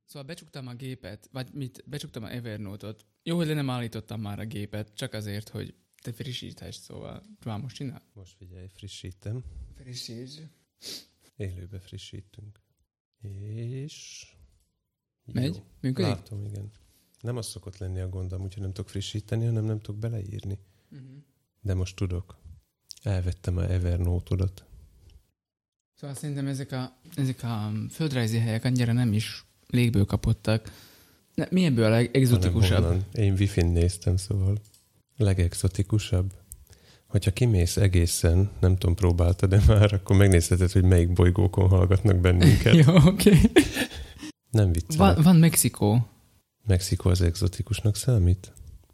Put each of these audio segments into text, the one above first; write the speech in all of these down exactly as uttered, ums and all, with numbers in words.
Szóval becsuktam a gépet, vagy mit, becsuktam a Evernote-ot. Jó, hogy le nem állítottam már a gépet, csak azért, hogy te frissíthess, szóval már most csinál? Most figyelj, frissítem. Frissíts. Élőbe frissítünk. És... Megy? Jó. Működik? Látom, igen. Nem az szokott lenni a gondom, úgyhogy nem tudok frissíteni, hanem nem tudok beleírni. Uh-huh. De most tudok. Elvettem a Evernote-odat. Szóval szerintem ezek a, ezek a földrajzi helyek annyira nem is légből kapottak. Ne, milyenből a legexotikusabb? Én Wi-Fi-n néztem, szóval legexotikusabb. Hogyha kimész egészen, nem tudom, próbáltad de már, akkor megnézheted, hogy melyik bolygókon hallgatnak bennünket. Jó, oké. Okay. Nem viccelek. Van, van Mexikó. Mexikó az exotikusnak számít?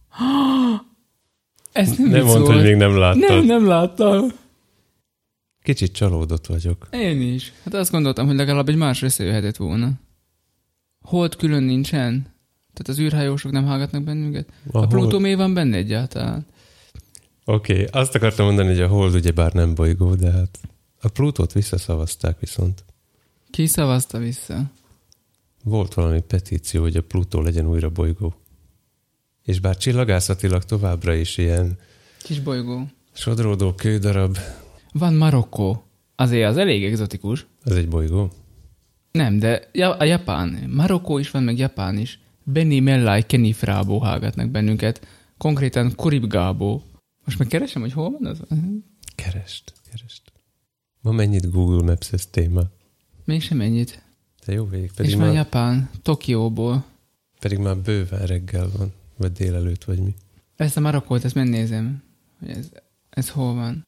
Ez nem Nem mondd, hogy még nem láttad. Nem, nem láttam. Kicsit csalódott vagyok. Én is. Hát azt gondoltam, hogy legalább egy más összejöhetett volna. Hold külön nincsen? Tehát az űrhajósok nem hallgatnak bennünket? A, a Plutó miért van benne egyáltalán? Oké, okay. Azt akartam mondani, hogy a Hold ugyebár nem bolygó, de hát a Plutót visszaszavazták viszont. Ki szavazta vissza? Volt valami petíció, hogy a Plutó legyen újra bolygó. És bár csillagászatilag továbbra is ilyen... Kis bolygó. Sodródó kődarab. Van Marokkó. Azért az elég egzotikus. Az egy bolygó? Nem, de a Japán. Marokkó is van, meg Japán is. Benny Mellai Kenifrából hallgatnak bennünket. Konkrétan Kuribgából. Most meg keresem, hogy hol van az? Kerest, kerest. Ma mennyit Google Maps ez téma? Mégsem ennyit. De jó végig. Pedig és már Japán, Tokióból. Pedig már bőven reggel van. Vagy délelőtt, vagy mi. Ezt a Marokkót, ezt megnézem. Hogy ez, ez hol van.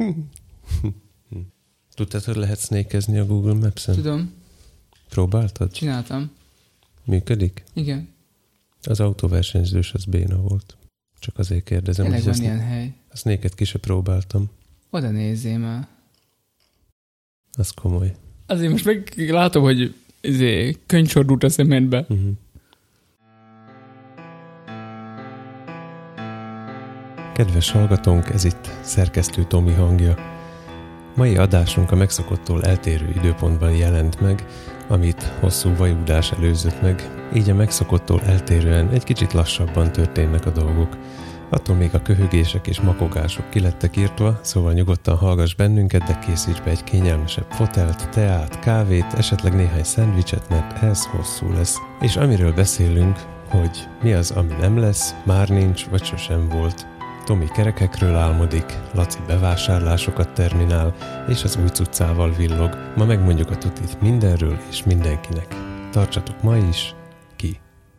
Tudtad, hogy lehet snakezni a Google Maps-en? Tudom. Próbáltad? Csináltam. Működik? Igen. Az autóversenyzős az béna volt. Csak azért kérdezem, Tényleg hogy van ilyen ne... hely. A snake-et ki se próbáltam. Oda nézzél már. Az komoly. Azért most meg látom, hogy izé, könyvsordult a szemedbe. Uh-huh. Kedves hallgatónk, ez itt szerkesztő Tomi hangja. Mai adásunk a megszokottól eltérő időpontban jelent meg, amit hosszú vajúdás előzött meg, így a megszokottól eltérően egy kicsit lassabban történnek a dolgok. Attól még a köhögések és makogások kilettek írtva, szóval nyugodtan hallgass bennünket, de készíts be egy kényelmesebb fotelt, teát, kávét, esetleg néhány szendvicset, mert ez hosszú lesz. És amiről beszélünk, hogy mi az, ami nem lesz, már nincs, vagy sosem volt. Tomi kerekekről álmodik, Laci bevásárlásokat terminál, és az új cuccával villog. Ma megmondjuk a tutit mindenről és mindenkinek. Tartsatok ma is, ki!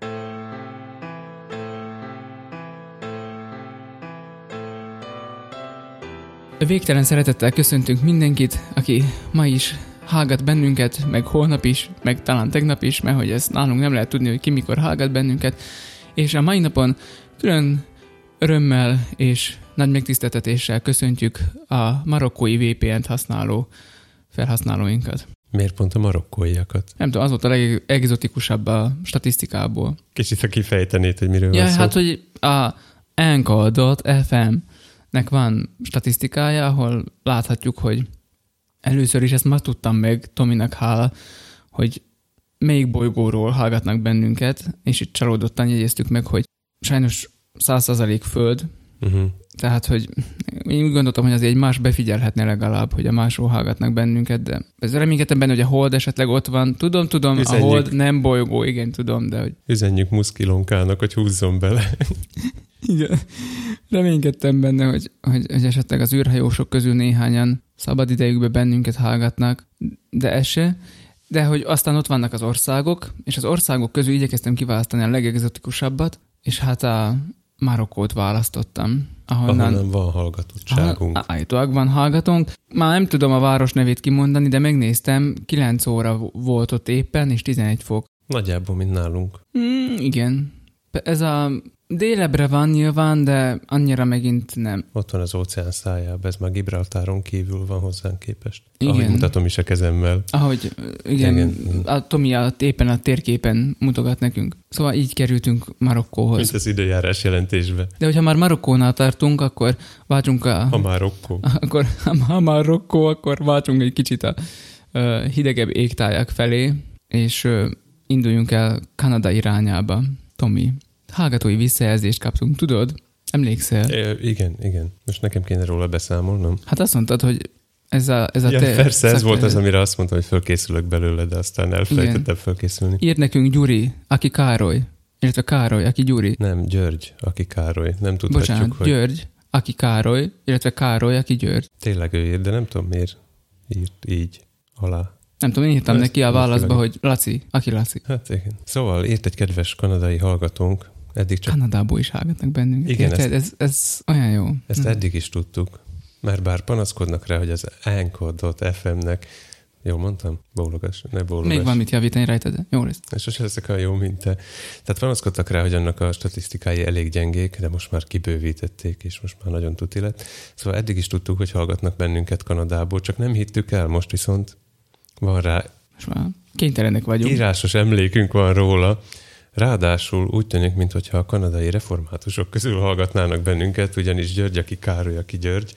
Végtelen szeretettel köszöntünk mindenkit, aki ma is hallgat bennünket, meg holnap is, meg talán tegnap is, mert hogy ezt nálunk nem lehet tudni, hogy ki mikor hallgat bennünket. És a mai napon külön örömmel és nagy megtiszteltetéssel köszöntjük a marokkói vé pé en-t használó felhasználóinkat. Miért pont a marokkóiakat? Nem tudom, az volt a legegzotikusabb a statisztikából. Kicsit, ha kifejtenéd, hogy miről ja, van szó. hát, hogy a Anchor pont ef em-nek van statisztikája, ahol láthatjuk, hogy először is ezt már tudtam meg, Tominak hála, hogy melyik bolygóról hallgatnak bennünket, és itt csalódottan jegyeztük meg, hogy sajnos száz százalék föld, uh-huh. Tehát, hogy én úgy gondoltam, hogy azért egy más befigyelhetne legalább, hogy a másról hallgatnak bennünket, de ez reménykedtem benne, hogy a Hold esetleg ott van. Tudom, tudom, Üzenjük. A Hold nem bolygó, igen, tudom, de hogy... Üzenjük Muszkilonkának, hogy húzzon bele. Igen. Reménykedtem benne, hogy, hogy, hogy esetleg az űrhajósok közül néhányan szabad idejükben bennünket hallgatnak, de ez se. De hogy aztán ott vannak az országok, és az országok közül igyekeztem kiválasztani a legegzotikusabbat, és hát a Marokkót választottam. Ahonnan, ahonnan van hallgatottságunk. Állítólag van hallgatónk. Már nem tudom a város nevét kimondani, de megnéztem, kilenc óra volt ott éppen, és tizenegy fok. Nagyjából, mint nálunk. Mm, igen. Ez a délebre van nyilván, de annyira megint nem. Ott van az óceán szájában, ez már Gibraltáron kívül van hozzánk képest. Igen. Ahogy mutatom is a kezemmel. Ahogy, igen, igen. A Tomi a, éppen a térképen mutogat nekünk. Szóval így kerültünk Marokkóhoz. Mint az időjárás jelentésbe. De hogyha már Marokkónál tartunk, akkor váltsunk a... Ha már Rokkó. Akkor, ha már Rokkó, akkor váltsunk egy kicsit a, a hidegebb égtájak felé, és induljunk el Kanada irányába. Tomi, hallgatói visszajelzést kaptunk, tudod? Emlékszel? É, igen, igen. Most nekem kéne róla beszámolnom. Hát azt mondtad, hogy ez a, ez a ja, te... persze, ez volt az, amire azt mondtam, hogy fölkészülök belőle, de aztán elfelejtettem fölkészülni. Írt nekünk Gyuri, aki Károly. Illetve Károly, aki Gyuri. Nem, György, aki Károly. Nem tudhatjuk, Bocsánat, hogy... György, aki Károly, illetve Károly, aki György. Tényleg ő írt, de nem tudom miért írt így alá. Nem tudom, én írtam Ezt neki a válaszba, hogy Laci, aki Laci. Hát igen. Szóval írt egy kedves kanadai hallgatónk, eddig csak... Kanadából is hallgatnak bennünket. Igen, Érted? ezt, ez, ez olyan jó. Ezt hm. eddig is tudtuk. Mert bár panaszkodnak rá, hogy az anchor dot ef em-nek, jól mondtam? Bólogass, ne bólogass. Még valamit javítani rajta, de jó lesz. És sose leszek olyan jó, mint te. Tehát panaszkodtak rá, hogy annak a statisztikái elég gyengék, de most már kibővítették, és most már nagyon tuti lett. Szóval eddig is tudtuk, hogy hallgatnak bennünket Kanadából, csak nem hittük el, most viszont van rá... Most már kénytelenek vagyunk. Írásos emlékünk van róla. Ráadásul úgy tűnik, mintha a kanadai reformátusok közül hallgatnának bennünket, ugyanis György, aki Károly, aki György,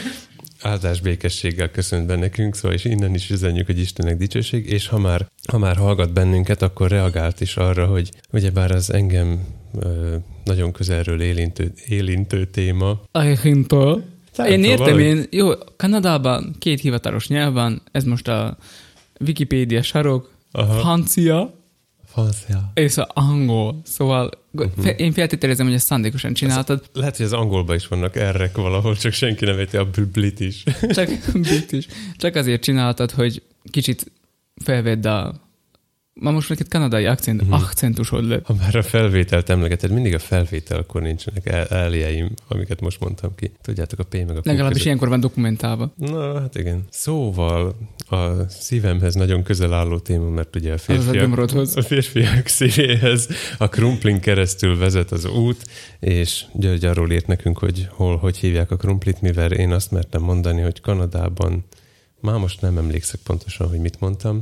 áldás békességgel köszönt be nekünk, szóval és innen is üzenjük, hogy Istennek dicsőség, és ha már, ha már hallgat bennünket, akkor reagált is arra, hogy ugyebár az engem ö, nagyon közelről élintő, élintő téma. Élintő. Én értem, valahogy... én, jó, Kanadában két hivatalos nyelv van, ez most a Wikipédia sarok, Aha. francia, Francia. és az angol. Szóval uh-huh. fe, én feltételezem, hogy ezt szándékosan csináltad. Ez, lehet, hogy az angolban is vannak errek valahol, csak senki nem érti a brit is. Csak, brit is. Csak azért csináltad, hogy kicsit felvedd a... Ma most neked kanadai akcent, uh-huh. akcentusod lett. Ha már a felvételt emlegeted, mindig a felvételkor nincsenek el- eljeim, amiket most mondtam ki. Tudjátok, a P meg a Q Legalábbis között. ilyenkor van dokumentálva. Na, hát igen. Szóval a szívemhez nagyon közel álló téma, mert ugye a férfiak, a, a férfiak szívéhez a krumplin keresztül vezet az út, és György arról írt nekünk, hogy hol, hogy hívják a krumplit, mivel én azt mertem mondani, hogy Kanadában, már most nem emlékszek pontosan, hogy mit mondtam,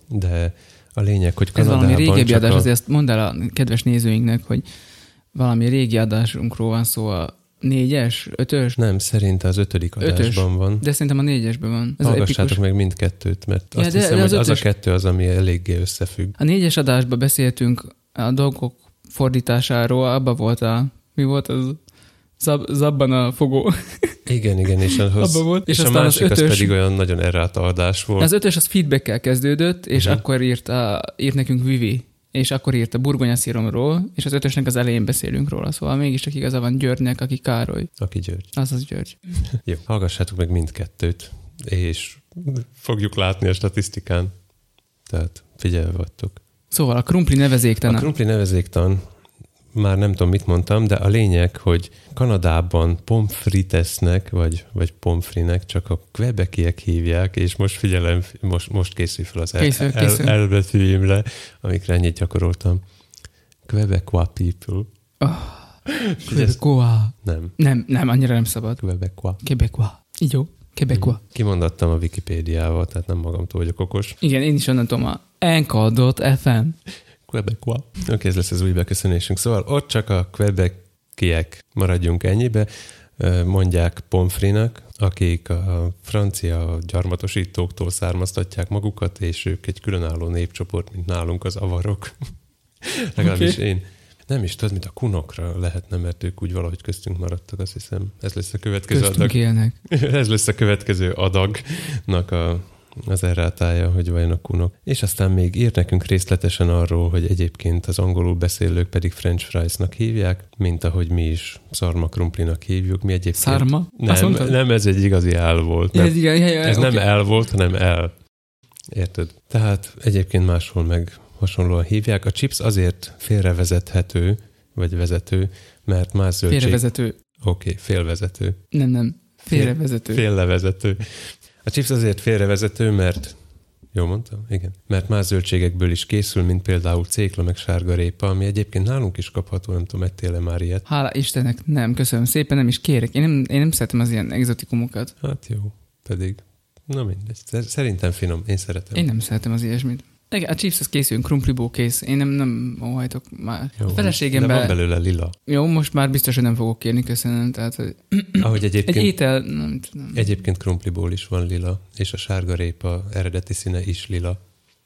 de a lényeg, hogy Kanadában... Ez valami régebbi adás, a... azért ezt mondd el a kedves nézőinknek, hogy valami régi adásunkról van szó, a négyes, ötös? Nem, szerint az ötödik adásban ötös, van. De szerintem a négyesben van. Ez hallgassátok epikus... meg mindkettőt, mert ja, azt de, hiszem, de az hogy az ötös... a kettő az, ami eléggé összefügg. A négyes adásban beszéltünk a dolgok fordításáról, abban volt a... Mi volt az? Zab, zabban a fogó. Igen, igen, és, ahhoz, volt. és, és a másik az, ötös, az pedig olyan nagyon errált adás volt. Az ötös az feedbackkel kezdődött, és uh-huh. akkor írt, a, írt nekünk Vivi, és akkor írt a burgonyaszíromról, és az ötösnek az elején beszélünk róla, szóval mégiscsak igaza van Györgynek, aki Károly. Aki György. Az az György. Jó, hallgassátok meg mindkettőt, és fogjuk látni a statisztikán. Tehát figyelve vagytok. Szóval a krumpli nevezéktan. A krumpli nevezéktan, már nem tudom, mit mondtam, de a lényeg, hogy Kanadában pomfritesnek, vagy, vagy pomfrinek csak a quebeciek hívják, és most figyelem, most, most készül fel az készül, el, készül. el, elbetűimre, amikre ennyit gyakoroltam. Quebecois people. Oh, Quebecois. Nem. Nem, nem, annyira nem szabad. Quebecois. Quebecois. Így jó. Quebecois. Kimondottam a Wikipédiával, tehát nem magamtól vagyok okos. Igen, én is onnan tudom a anchor dot ef em. Quebecois. Oké, ez lesz az új beköszönésünk. Szóval ott csak a quebeciek, maradjunk ennyibe, mondják pomfrinak, akik a francia gyarmatosítóktól származtatják magukat, és ők egy különálló népcsoport, mint nálunk az avarok. Legalábbis okay. én. Nem is tudod, mint a kunokra lehetne, mert ők úgy valahogy köztünk maradtak, azt hiszem. Ez lesz a következő köztünk adag. Élnek. Ez lesz a következő adagnak a az errátája, hogy vajon a kunok. És aztán még írt nekünk részletesen arról, hogy egyébként az angolul beszélők pedig french friesnak hívják, mint ahogy mi is szarma krumplinak hívjuk. Mi egyébként... Szárma? Nem, nem, ez egy igazi el volt. Nem, ez igen, ja, ja, ez okay. nem el volt, hanem el. Érted? Tehát egyébként máshol meg hasonlóan hívják. A chips azért félrevezethető, vagy vezető, mert más zöldség... Félrevezető. Oké, okay, félvezető. Nem, nem. Félrevezető. Félrevezető. A chips azért félrevezető, mert, jól mondtam? Igen. Mert más zöldségekből is készül, mint például cékla meg sárgarépa, ami egyébként nálunk is kapható, nem tudom, ettél-e már ilyet? Hála Istennek, nem, köszönöm szépen, nem is kérek. Én nem, én nem szeretem az ilyen egzotikumokat. Hát jó, pedig, na mindegy. Szerintem finom, én szeretem. Én nem szeretem az ilyesmit. A chips az készül, krumpliból kész. Én nem, nem óhajtok már. Jó, a feleségemben... de van belőle lila. Jó, most már biztos, hogy nem fogok kérni, köszönöm. Tehát, hogy... Ahogy egyébként... Egy étel... Nem tudom. Egyébként krumpliból is van lila, és a sárgarépa eredeti színe is lila.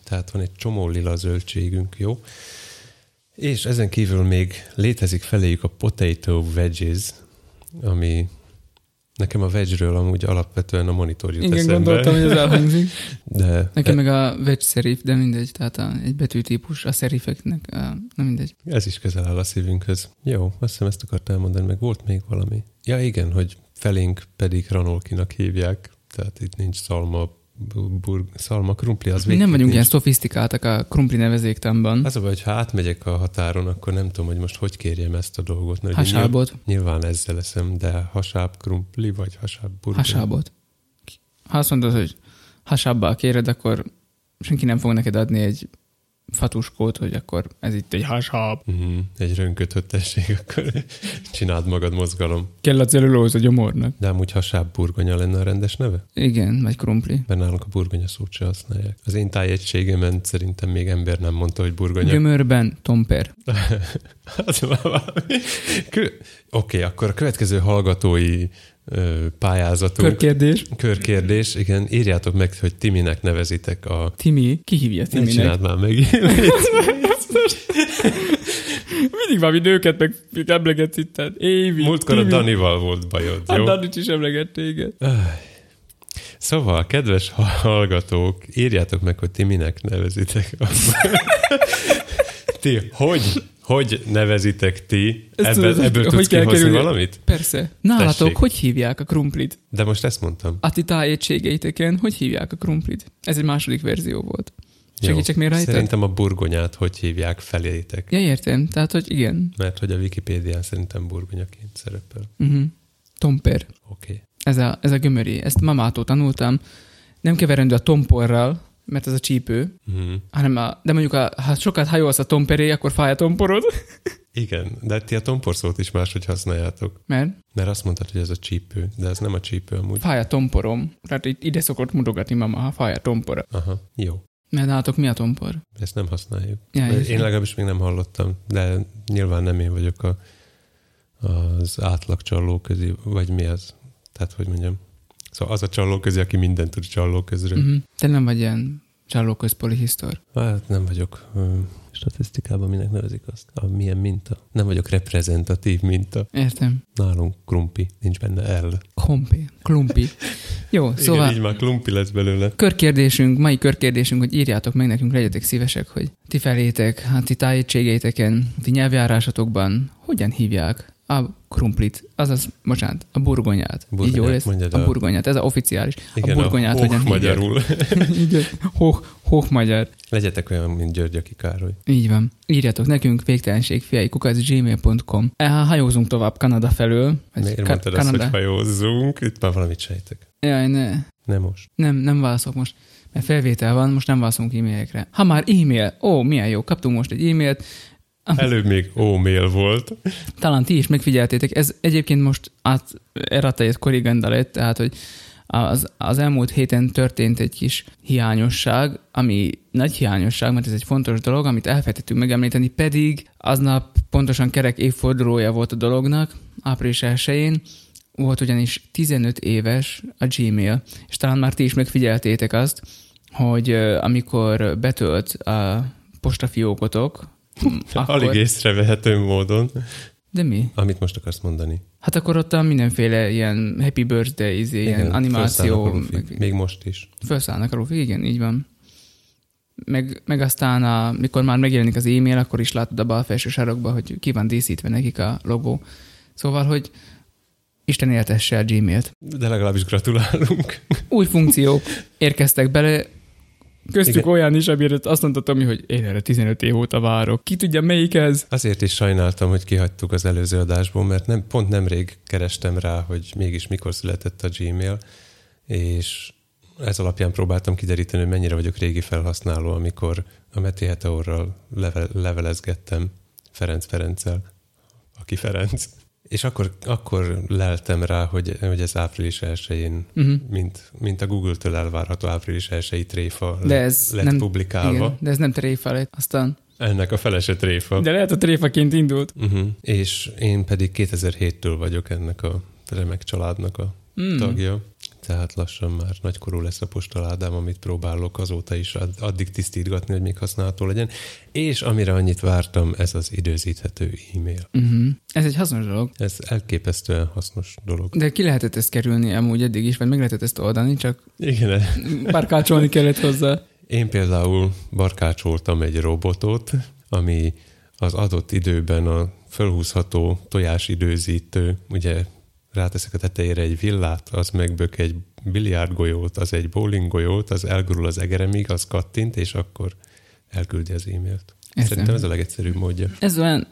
tehát van egy csomó lila zöldségünk, jó? És ezen kívül még létezik feléjük a potato veggies, ami nekem a vegről amúgy alapvetően a monitor jut Igen, eszembe. gondoltam, hogy ez elhangzik. De Nekem meg a veg serif, de mindegy, tehát a, egy betűtípus a serifeknek, a, na mindegy. ez is közel áll a szívünkhöz. Jó, azt hiszem ezt akartál mondani, meg volt még valami. Ja igen, hogy felénk pedig ranolkinak hívják, tehát itt nincs szalma, burg, szalma, krumpli, az Mi nem vagyunk nincs. ilyen szofisztikáltak a krumpli nevezéktamban. Az a baj, hogy ha átmegyek a határon, akkor nem tudom, hogy most hogy kérjem ezt a dolgot. Mert Hasábot. Nyilván ezzel leszem, de hasáb krumpli, vagy hasáb burger. Hasábot. Ha azt mondod, hogy hasábbal kéred, akkor senki nem fog neked adni egy fatuskót, hogy akkor ez itt egy hasáb. Uh-huh. Egy rönköt tessék, akkor csináld magad mozgalom. Kell a cellulóz a gyomornak. De amúgy hasáb burgonya lenne a rendes neve? Igen, vagy krumpli. Mert nálunk a burgonya szót se használják. Az én tájegységemen szerintem még ember nem mondta, hogy burgonya. Gyömörben tomper. Az már valami. Oké, okay, akkor a következő hallgatói ö, pályázatunk. Körkérdés. Körkérdés, igen. Írjátok meg, hogy ti minek nevezitek a... Timi. Ki hívja Ne Timinek? csináld már meg. Mindig valami nőket meg emlegetsz itt. Évi, Múltkor a Danival volt bajod, A jó? Danit is emlegett téged. Szóval, kedves hallgatók, írjátok meg, hogy ti minek nevezitek. Ti, hogy, hogy nevezitek ti? Ezt Ebből, tudod, ebből hogy tudsz kell kihozni kerülni? valamit? Persze. Nálatok Tessék. hogy hívják a krumplit? De most ezt mondtam. A ti tájegységeiteken hogy hívják a krumplit? Ez egy második verzió volt. Segítsek még rajta? Szerintem a burgonyát hogy hívják felétek. Ja, értem. Tehát, hogy igen. Mert hogy a Wikipédián szerintem burgonyaként szerepel. Uh-huh. Tomper. Oké. Okay. Ez a, ez a gömöri. Ezt mamától tanultam. Nem keverendő a tomporral, mert ez a csípő, Uh-huh. hanem a, de mondjuk, a, ha sokat hajolsz a tomperé, akkor fáj a tomporod. Igen, de ti a tomporszót is máshogy használjátok. Mert Mert azt mondtad, hogy ez a csípő, de ez nem a csípő amúgy. fáj a tomporom. Tehát itt ide szokott mutogatni mama, ha fáj a tompora. Aha, jó. Mert nálatok mi a tompor? Ezt nem használjuk. Ja, én értem. legalábbis még nem hallottam, de nyilván nem én vagyok a, az átlag csalló közé, vagy mi az? Tehát, hogy mondjam. Szóval az a csalló közé, aki mindent tud csalló közről. Uh-huh. Te nem vagy ilyen csallóközpolihisztor. Hát nem vagyok. Statisztikában minek nevezik azt? A milyen minta? Nem vagyok reprezentatív minta. Értem. Nálunk krumpi, nincs benne L. Kompi. Klumpi. Jó, szóval... Igen, így már klumpi lesz belőle. Körkérdésünk, mai körkérdésünk, hogy írjátok meg nekünk, legyetek szívesek, hogy ti felétek, hát ti tájegységeiteken, ti nyelvjárásotokban hogyan hívják a krumplit, azaz, bocsánat, a burgonyát. Burgonyát, Így jó lesz? mondjad A a- burgonyát, ez a oficiális. Igen, a burgonyát a hogyan hoch hívják? magyarul. Igen, hoch, hoch magyar. Legyetek olyan, mint György, aki Károly. Így van. Írjátok nekünk végtelenségfiai kukac gmail pont com. Hajózunk tovább Kanada felől. vagy Miért Ka- mondtad azt, hogy hajózzunk? Itt már valamit sejtek. Jaj, ne. Nem most. Nem, nem válaszolok most, mert felvétel van, most nem válaszolunk e-mailekre. Ha már e-mail, ó, milyen jó, kaptunk most egy e-mailt, Előbb még ó-mail volt. talán ti is megfigyeltétek, ez egyébként most át errata egy korrigenda lett, tehát, hogy az, az elmúlt héten történt egy kis hiányosság, ami nagy hiányosság, mert ez egy fontos dolog, amit elfelejtettünk megemlíteni, pedig aznap pontosan kerek évfordulója volt a dolognak, április elsején, volt ugyanis tizenöt éves a Gmail, és talán már ti is megfigyeltétek azt, hogy ö, amikor betölt a postafiókotok, akkor... Alig észrevehető módon. De mi? Amit most akarsz mondani. Hát akkor ott a mindenféle ilyen happy birthday, izé, ilyen Igen, animáció. felszállnak a lufik. Meg, Még most is. felszállnak a lufik, igen, így van. Meg, meg aztán, a, mikor már megjelenik az e-mail, akkor is látod a bal felső sarokba, hogy ki van díszítve nekik a logó. Szóval, hogy Isten éltesse a Gmailt. De legalábbis gratulálunk. Új funkciók érkeztek bele, köztük Igen. olyan is, amire azt mondta Tomi, hogy én erre tizenöt év óta várok. Ki tudja, melyik ez? Azért is sajnáltam, hogy kihagytuk az előző adásból, mert nem, pont nemrég kerestem rá, hogy mégis mikor született a Gmail, és ez alapján próbáltam kideríteni, hogy mennyire vagyok régi felhasználó, amikor a Meti Heteorral leve, levelezgettem Ferenc Ferenccel, aki Ferenc. És akkor, akkor leltem rá, hogy, hogy ez április elsején, Uh-huh. mint, mint a Google-től elvárható április elsejei tréfa De lett, ez lett nem, publikálva. igen, de ez nem tréfa lett. Aztán, Ennek a felese tréfa. de lehet a tréfaként indult. Uh-huh. És én pedig kétezer-héttől vagyok ennek a remek családnak a Mm. tagja. tehát lassan már nagykorú lesz a postaládám, amit próbálok azóta is addig tisztítgatni, hogy még használható legyen. És amire annyit vártam, ez az időzíthető e-mail. Uh-huh. Ez egy hasznos dolog. Ez elképesztően hasznos dolog. De ki lehetett ezt kerülni amúgy eddig is, vagy meg lehetett ezt oldani, csak igen. barkácsolni kellett hozzá. Én például barkácsoltam egy robotot, ami az adott időben a fölhúzható tojásidőzítő, ugye ráteszek a tetejére egy villát, az megbök egy biliárdgolyót, az egy bowlinggolyót, az elgurul az egeremig, az kattint, és akkor elküldi az e-mailt. Értem. Szerintem ez a legegyszerűbb módja. Ez olyan,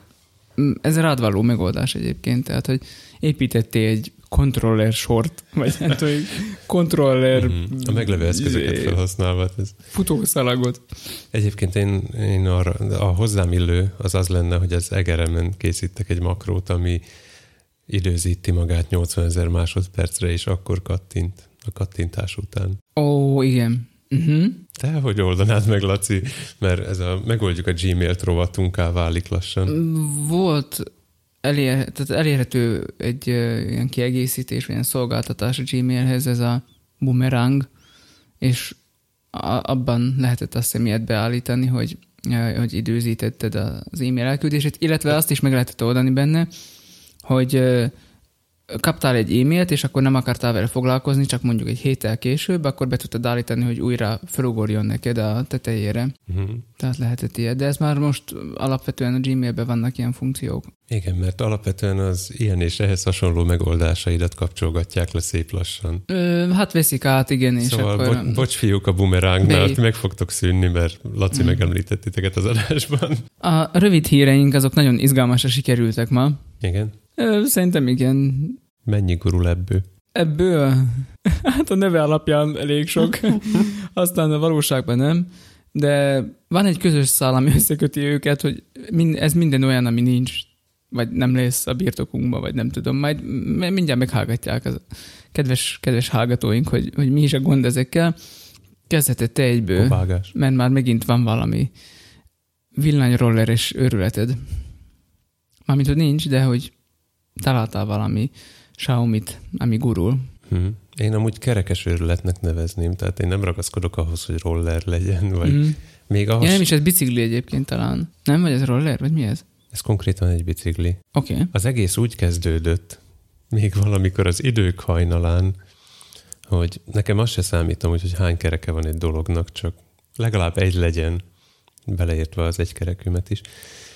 ez rád való megoldás egyébként, tehát, hogy építettél egy kontroller sort, vagy nem tudom, kontroller... Mm-hmm. A meglevő eszközöket felhasználva. Ez. Futószalagot. Egyébként én, én arra, a hozzám illő az az lenne, hogy az egeremen készítek egy makrót, ami időzíti magát nyolcvanezer másodpercre, és akkor kattint a kattintás után. Ó, igen. Uh-huh. Te hogy oldanád meg, Laci? Mert ez a megoldjuk a Gmailt rovatunká válik lassan. Volt elér, tehát elérhető egy uh, ilyen kiegészítés, vagy ilyen szolgáltatás a Gmailhez, ez a Boomerang, és a, abban lehetett azt hiszem ilyet beállítani, hogy, uh, hogy időzítetted az e-mail elküldését, illetve azt is meg lehetett oldani benne, hogy uh, kaptál egy e-mailt, és akkor nem akartál vele foglalkozni, csak mondjuk egy héttel később, akkor be tudtad állítani, hogy újra felugorjon neked a tetejére. Uh-huh. Tehát lehetett ilyet. De ez már most alapvetően a Gmailben vannak ilyen funkciók. Igen, mert alapvetően az ilyen és ehhez hasonló megoldásaidat kapcsolgatják le szép lassan. Ö, hát veszik át, igen, és szóval akkor... Bo- bocs fiúk a Boomerangnál, meg fogtok szűnni, mert Laci mm. megemlített titeket az adásban. A rövid híreink azok nagyon izgalmasra sikerültek ma. Igen? Ö, szerintem igen. Mennyi gurul ebből? Ebből? Hát a neve alapján elég sok. Aztán a valóságban nem. De van egy közös szál, ami összeköti őket, hogy ez minden olyan, ami nincs, vagy nem lesz a birtokunkba, vagy nem tudom. Majd mindjárt meghallgatják az kedves, kedves hallgatóink, hogy, hogy mi is a gond ezekkel. Kezdheted te egyből, Obágás. Mert már megint van valami villanyrolleres őrületed. Mármint, hogy nincs, de hogy találtál valami Xiaomit, ami gurul. Hmm. Én amúgy kerekes őrületnek nevezném, tehát én nem ragaszkodok ahhoz, hogy roller legyen, vagy mm. még ahhoz... Ja, nem is, ez bicikli egyébként talán. Nem? Vagy ez roller? Vagy mi ez? Ez konkrétan egy bicikli. Oké. Okay. Az egész úgy kezdődött, még valamikor az idők hajnalán, hogy nekem azt se számítom, hogy, hogy hány kereke van egy dolognak, csak legalább egy legyen, beleértve az egykerekűmet is.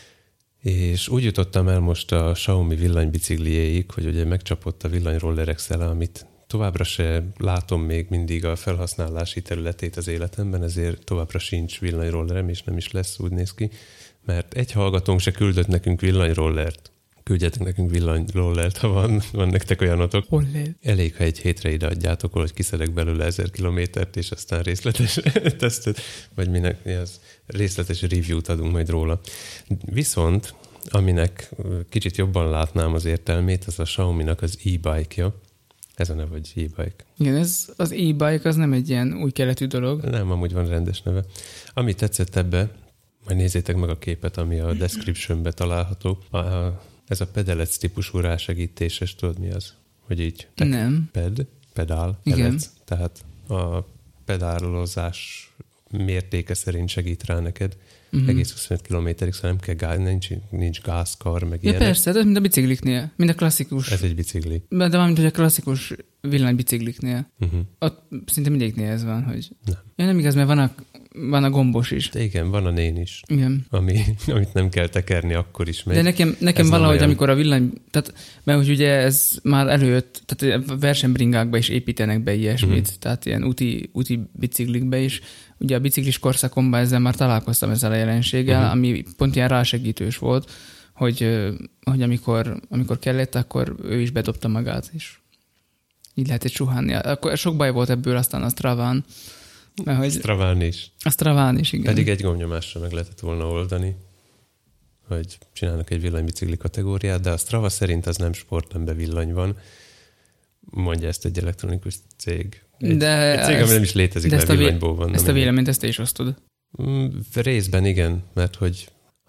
És úgy jutottam el most a Xiaomi villanybicikliéig, hogy ugye megcsapott a villanyrollerek szele, amit továbbra se látom még mindig a felhasználási területét az életemben, ezért továbbra sincs villanyrollerem, és nem is lesz, úgy néz ki, mert egy hallgatónk se küldött nekünk villanyrollert. Küldjetek nekünk villanyrollert, ha van, van nektek olyanotok. Hollé. Elég, ha egy hétre ide adjátok, hogy kiszedek belőle ezer kilométert, és aztán részletes tesztet, vagy minek, mi az, részletes review-t adunk majd róla. Viszont, aminek kicsit jobban látnám az értelmét, az a Xiaomi-nak az e-bike-ja. Ez a neve, hogy e-bike. Igen, ez, az e-bike az nem egy ilyen új keletű dolog. Nem, amúgy van rendes neve. Ami tetszett ebbe, majd nézzétek meg a képet, ami a descriptionbe található. A, a, ez a pedelec típusú rásegítéses, tudod mi az? Hogy így pe- nem. Ped, pedál, pelec. Tehát a pedálozás mértéke szerint segít rá neked. Uh-huh. Egész huszonöt kilométerig, szóval nem kell gáz, nincs, nincs gázkar, meg ja, ilyenek. Persze, ez mint a bicikliknél, mint a klasszikus. Ez egy bicikli. De van, hogy a klasszikus villanybicikliknél. Uh-huh. Ott szinte mindegyiknél ez van, hogy... Nem. Ja, nem igaz, mert van a, van a gombos is. De igen, van a nén is. Igen. Ami, amit nem kell tekerni, akkor is megy. De nekem, nekem valahogy, olyan... amikor a villany... Tehát, mert hogy ugye ez már előtt, tehát a versenybringákba is építenek be ilyesmit, uh-huh. tehát ilyen úti, úti biciklikbe is. Ugye a biciklis korszakomban ezzel már találkoztam ezzel a jelenséggel, uh-huh. ami pont ilyen rásegítős volt, hogy, hogy amikor, amikor kellett, akkor ő is bedobta magát, és így lehetett suhánni. Akkor sok baj volt ebből aztán a Straván. Mert, hogy Straván is. A Straván is, igen. Pedig egy gombnyomásra meg lehetett volna oldani, hogy csinálnak egy villanybicikli kategóriát, de a Strava szerint az nem sport, nem villany van. Mondja ezt egy elektronikus cég. Egy, de egy cég, ami nem is létezik, mert villanyból van. Ezt a véleményt, ezt te is osztod. Részben igen, mert hogy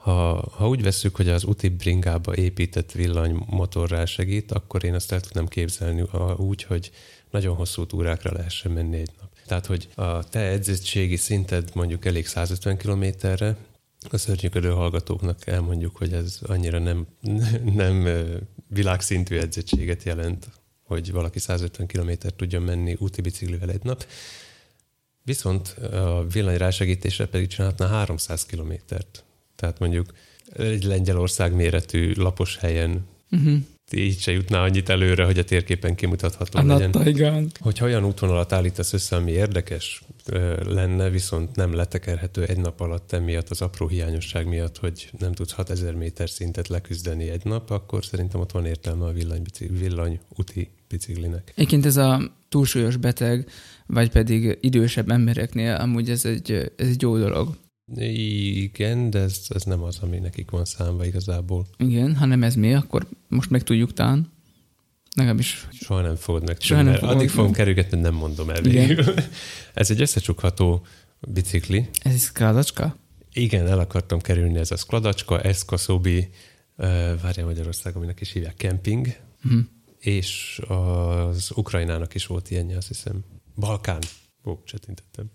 Ha, ha úgy vesszük, hogy az úti bringába épített villanymotorral segít, akkor én azt el tudnám képzelni úgy, hogy nagyon hosszú túrákra lehessen menni egy nap. Tehát, hogy a te edzettségi szinted mondjuk elég százötven kilométerre, a szörnyűködő hallgatóknak elmondjuk, hogy ez annyira nem, nem világszintű edzettséget jelent, hogy valaki százötven kilométert tudjon menni úti biciklivel egy nap. Viszont a villany rásegítésre pedig csinálhatna háromszáz kilométert. Tehát mondjuk egy Lengyelország méretű lapos helyen uh-huh. így se jutná annyit előre, hogy a térképen kimutatható a legyen. Taigán. Hogyha olyan útvonalat állítasz össze, ami érdekes lenne, viszont nem letekerhető egy nap alatt emiatt, az apró hiányosság miatt, hogy nem tudsz hatezer méter szintet leküzdeni egy nap, akkor szerintem ott van értelme a villanybicikli, villanyúti biciklinek. Egyébként ez a túlsúlyos beteg, vagy pedig idősebb embereknél amúgy ez egy, ez egy jó dolog. Igen, de ez, ez nem az, ami nekik van számva igazából. Igen, hanem ez mi, akkor most meg tudjuk tán. Legalábbis. Soha nem fogod meg. Soha nem fogod addig fogom kerülgetni, nem mondom el végül. Ez egy összecsukható bicikli. Ez egy skladacska? Igen, el akartam kerülni, ez a skladacska, eszkaszobi, uh, várjál Magyarországon, aminek is hívják, camping, uh-huh. és az Ukrajnának is volt ilyenje, azt hiszem. Balkán. Ó, csetintettem.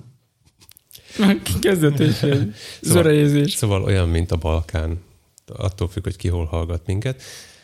Kezdett is egy zörejézés. Szóval olyan, mint a Balkán. Attól függ, hogy ki hol hallgat minket.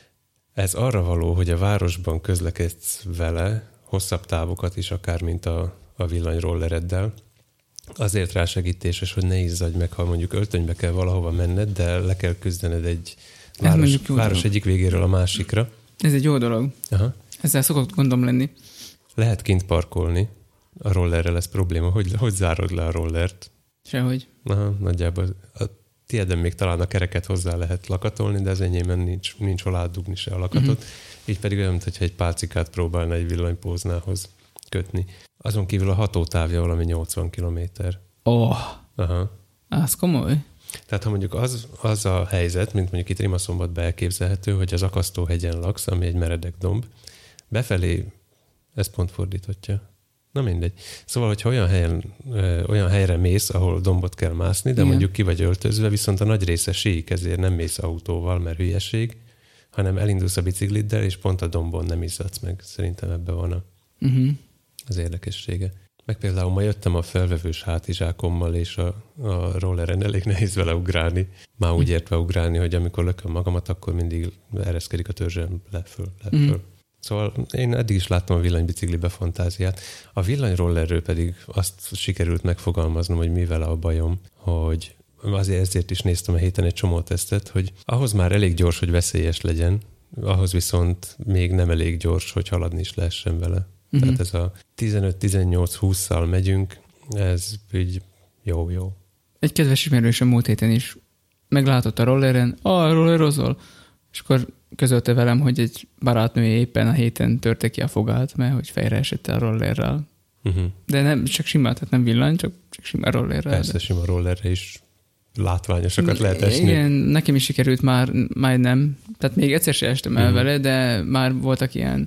Ez arra való, hogy a városban közlekedsz vele hosszabb távokat is, akár mint a, a villanyrollereddel. Azért rásegítéses, hogy ne izzadj meg, ha mondjuk öltönybe kell valahova menned, de le kell küzdened egy város, város egyik végéről a másikra. Ez egy jó dolog. Aha. Ezzel szokott gondom lenni. Lehet kint parkolni. A rollerrel ez probléma. Hogy, hogy zárod le a rollert? Sehogy. Aha, nagyjából. A tiéden még talán a kereket hozzá lehet lakatolni, de az enyémben nincs, nincs hol átdugni se a lakatot. Uh-huh. Így pedig olyan, mintha egy pálcikát próbálna egy villanypóznához kötni. Azon kívül a hatótávja valami nyolcvan kilométer. Ó, oh, aha. Az komoly. Tehát ha mondjuk az, az a helyzet, mint mondjuk itt Rimaszombatban elképzelhető, hogy az Akasztóhegyen laksz, ami egy meredek domb, befelé, ez pont fordíthatja. Na mindegy. Szóval, hogyha olyan, helyen, ö, olyan helyre mész, ahol dombot kell mászni, de igen. mondjuk ki vagy öltözve, viszont a nagy része sík, ezért nem mész autóval, mert hülyeség, hanem elindulsz a bicikliddel, és pont a dombon nem izzadsz meg. Szerintem ebben van a, uh-huh. az érdekessége. Meg például ma jöttem a felvevős hátizsákommal, és a, a rolleren elég nehéz vele ugrálni. Már úgy értve ugrálni, hogy amikor lököm magamat, akkor mindig ereszkedik a törzsem le föl, le föl. Uh-huh. Szóval én eddig is láttam a villanybiciklibe fantáziát. A villanyrollerről pedig azt sikerült megfogalmaznom, hogy mivel a bajom, hogy azért ezért is néztem a héten egy csomó tesztet, hogy ahhoz már elég gyors, hogy veszélyes legyen, ahhoz viszont még nem elég gyors, hogy haladni is lehessen vele. Uh-huh. Tehát ez a tizenöt tizennyolc hússzal megyünk, ez így jó-jó. Egy kedves ismerősöm múlt héten is meglátott a rolleren, ah, rollerozol, és akkor közölte velem, hogy egy barátnője éppen a héten törte ki a fogát, mert hogy fejre esett a rollerrel. Uh-huh. De nem csak sima, tehát nem villany, csak, csak sima rollerrel. Persze, de... sima rollerre is látványosakat lehet esni. Igen, nekem is sikerült már, már nem. Tehát még egyszer se estem el uh-huh. vele, de már voltak ilyen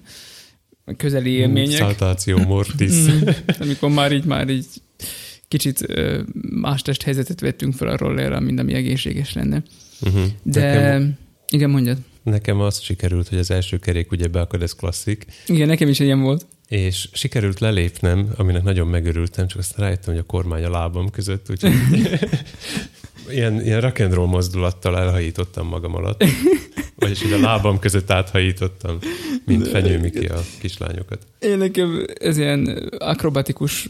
közeli élmények. Saltáció mortis. Amikor már így, már így kicsit más testhelyzetet vettünk fel a rollerrel, mint ami egészséges lenne. Uh-huh. De nekem... igen, mondjad. Nekem azt sikerült, hogy az első kerék ugye beakad, ez klasszik. Igen, nekem is ilyen volt. És sikerült lelépnem, aminek nagyon megörültem, csak aztán rájöttem, hogy a kormány a lábam között, úgyhogy ilyen, ilyen rock and roll mozdulattal elhajítottam magam alatt. Vagyis, hogy a lábam között áthajítottam, mint Fenyő Miki a kislányokat. Én nekem ez ilyen akrobatikus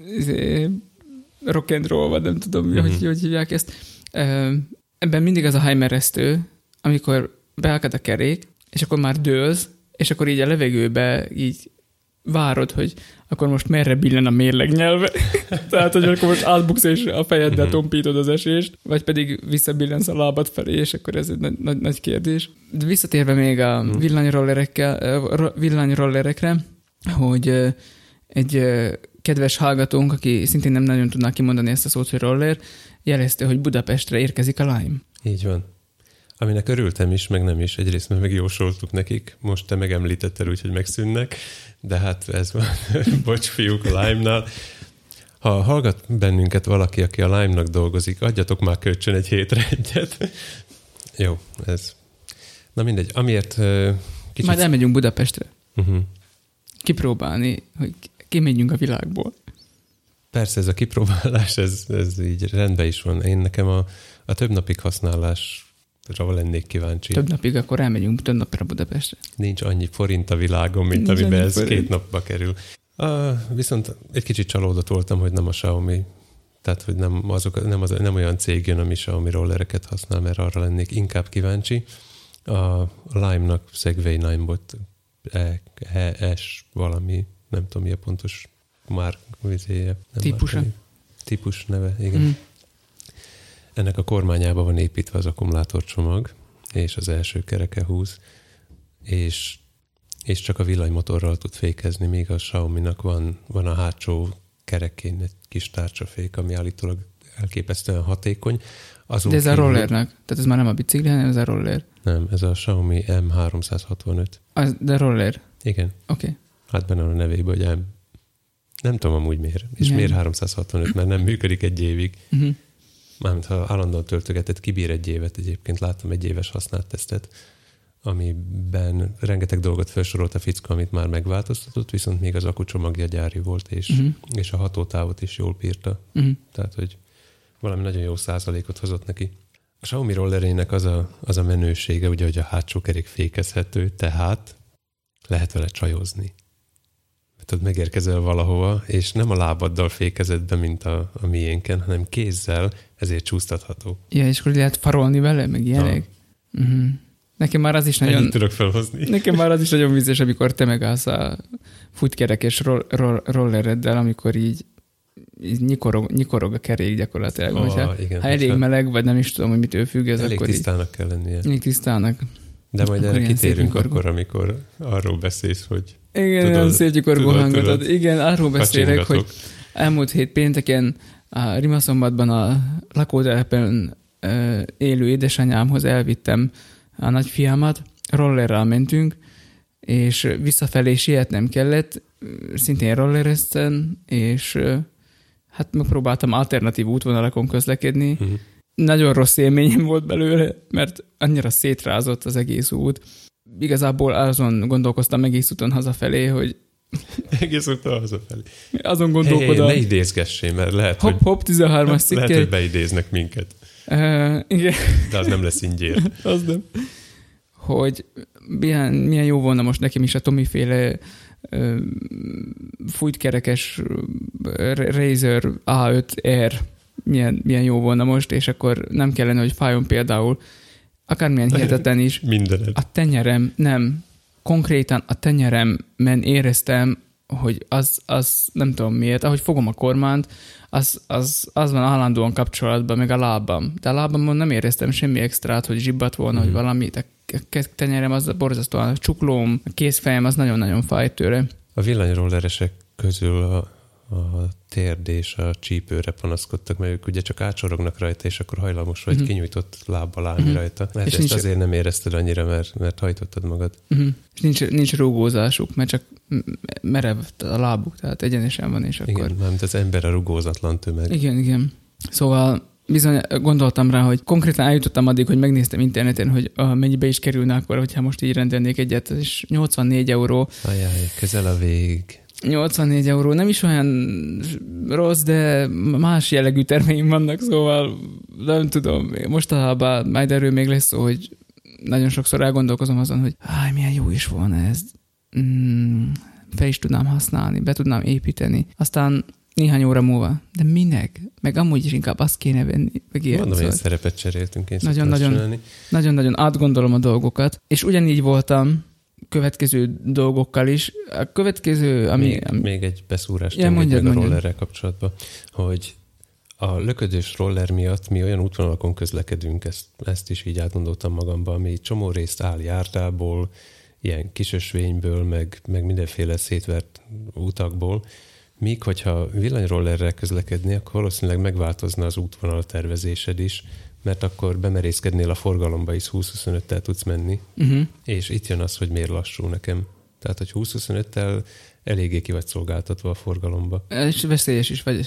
rock and roll, vagy nem tudom, mm-hmm. hogy, hogy hívják ezt. Ebben mindig az a hájmeresztő, amikor beakad a kerék, és akkor már dőlsz, és akkor így a levegőbe így várod, hogy akkor most merre billen a mérleg nyelve. Tehát, hogy akkor most átbuksz, és a fejeddel tompítod az esést, vagy pedig visszabillensz a lábad felé, és akkor ez egy nagy, nagy, nagy kérdés. De visszatérve még a villanyrollerekkel, villanyrollerekre, hogy egy kedves hallgatónk, aki szintén nem nagyon tudná kimondani ezt a szót, hogy roller, jelezte, hogy Budapestre érkezik a Lime. Így van. Aminek örültem is, meg nem is. Egyrészt meg megjósoltuk nekik. Most te megemlítetted úgy, hogy megszűnnek. De hát ez van. Bocs, fiúk a Lime-nál. Ha hallgat bennünket valaki, aki a Lime-nak dolgozik, adjatok már kölcsön egy hétre egyet. Jó, ez. Na mindegy, amiért uh, kicsit... Majd elmegyünk Budapestre. Uh-huh. Kipróbálni, hogy kimegyünk a világból. Persze ez a kipróbálás, ez, ez így rendben is van. Én nekem a, a több napig használásra lennék kíváncsi. Több napig, akkor elmegyünk több napra Budapestre. Nincs annyi forint a világon, mint Nincs amiben ez forint. két napba kerül. Ah, viszont egy kicsit csalódott voltam, hogy nem a Xiaomi, tehát hogy nem, azok, nem, az, nem olyan cég jön, ami Xiaomi rollereket használ, mert arra lennék inkább kíváncsi. A Lime-nak Segway Ninebot E, E, S valami, nem tudom mi a pontos márk, vizéje. Típusa. Típus neve, igen. Mm. Ennek a kormányába van építve az akkumulátorcsomag, és az első kereke húz, és, és csak a villanymotorral tud fékezni, míg a Xiaomi-nak van, van a hátsó kerekén egy kis tárcsafék, ami állítólag elképesztően hatékony. Azon De ez kívül, a rollernek? Tehát ez már nem a bicikli, hanem ez a roller. Nem, ez a Xiaomi M háromszázhatvanöt. Az, de roller. Igen. Oké. Okay. Hát benne van a nevében, hogy M. Nem tudom amúgy miért. És nem. miért háromszázhatvanöt, mert nem működik egy évig. Uh-huh. Mármint ha állandóan töltögetett, kibír egy évet egyébként. Láttam egy éves használt tesztet, amiben rengeteg dolgot felsorolt a fickó, amit már megváltoztatott, viszont még az akkucsomagja gyári volt, és, uh-huh. és a hatótávot is jól bírta. Uh-huh. Tehát, hogy valami nagyon jó százalékot hozott neki. A Xiaomi rollerének az a, az a menősége, ugye, hogy a hátsó kerék fékezhető, tehát lehet vele csajozni. Tehát megérkezel valahova, és nem a lábaddal fékezed be, mint a, a miénken, hanem kézzel, ezért csúsztatható. Ja, és akkor lehet farolni vele, meg ilyenek? Uh-huh. Nekem már az is nagyon... Ennyit tudok felhozni. Nekem már az is nagyon vízes, amikor te megállsz a futkerekes roll, roll, rollereddel, amikor így, így nyikorog, nyikorog a kerék gyakorlatilag. Oh, hogyha, igen, ha elég meleg, vagy nem is tudom, hogy mitől függ ez, elég akkor tisztának így, kell lennie. elég tisztának. De majd akkor erre kitérünk akkor, akkor, amikor arról beszélsz, hogy igen, tudod, szép nyikorgó hangot ad. Igen, arról beszélek, hogy elmúlt hét pénteken a Rimaszombatban a lakótelepen élő édesanyámhoz elvittem a nagyfiámat, rollerrel mentünk, és visszafelé sietnem kellett, szintén rollereztem, és hát megpróbáltam alternatív útvonalakon közlekedni. Uh-huh. Nagyon rossz élményem volt belőle, mert annyira szétrázott az egész út. Igazából azon gondolkoztam egész úton hazafelé, hogy egész úton hazafelé. Azon gondolkodom. Hey, hey, ne idézgessé, mert lehet, hopp, hogy, hopp, tizenhármas cikke. lehet, hogy beidéznek minket. Uh, igen. De az nem lesz ingyér. Az nem. Hogy milyen, milyen jó volna most nekem is a Tomi-féle uh, fújtkerekes Razer á öt er, milyen, milyen jó volna most, és akkor nem kellene, hogy fájjon például akármilyen hihetetlen is. Mindened. A tenyerem, nem, konkrétan a tenyeremben éreztem, hogy az, az nem tudom miért, ahogy fogom a kormányt, az, az, az van állandóan kapcsolatban, meg a lábam. De a lábamon nem éreztem semmi extrát, hogy zsibbat volna, mm. hogy valami. A tenyerem az borzasztóan, a csuklóm, a kézfejem az nagyon-nagyon fájt tőle. A villanyrolleresek közül a, a térd és a csípőre panaszkodtak, mert ők ugye csak átsorognak rajta, és akkor hajlamos vagy mm-hmm. kinyújtott lábbal állni mm-hmm. rajta. Mert ezt nincs... azért nem érezted annyira, mert, mert hajtottad magad. Mm-hmm. És nincs, nincs rugózásuk, mert csak merev a lábuk, tehát egyenesen van, és akkor... Igen, mármint az ember a rugózatlan tömeg. Igen, igen. Szóval bizony gondoltam rá, hogy konkrétan eljutottam addig, hogy megnéztem interneten, hogy uh, mennyibe is kerülne akkor, hogyha most így rendelnék egyet, és nyolcvannégy euró. Ajaj, közel a vég. nyolcvannégy euró, nem is olyan rossz, de más jellegű termeim vannak, szóval nem tudom, mostanában majd erről még lesz szó, hogy nagyon sokszor elgondolkozom azon, hogy áj, milyen jó is volna ez. Mm, fel is tudnám használni, be tudnám építeni. Aztán néhány óra múlva. De minek? Meg amúgy is inkább azt kéne venni. Meg ilyen, Mondom, szóval hogy szerepet cseréltünk, én nagyon-nagyon, nagyon-nagyon átgondolom a dolgokat. És ugyanígy voltam következő dolgokkal is. A következő, ami... Még, ami... még egy beszúrást ja, mondjad, meg a rollerrel kapcsolatban, hogy a löködős roller miatt mi olyan útvonalakon közlekedünk, ezt, ezt is így átgondoltam magamban, ami csomó részt áll járdából, ilyen kisösvényből, meg, meg mindenféle szétvert utakból, míg hogyha villanyrollerrel közlekedni, akkor valószínűleg megváltozna az útvonal tervezésed is, mert akkor bemerészkednél a forgalomba is húsz-huszonöttel tudsz menni, uh-huh. és itt jön az, hogy miért lassú nekem. Tehát, hogy húsz-huszonöttel eléggé ki vagy szolgáltatva a forgalomba. És veszélyes is vagy.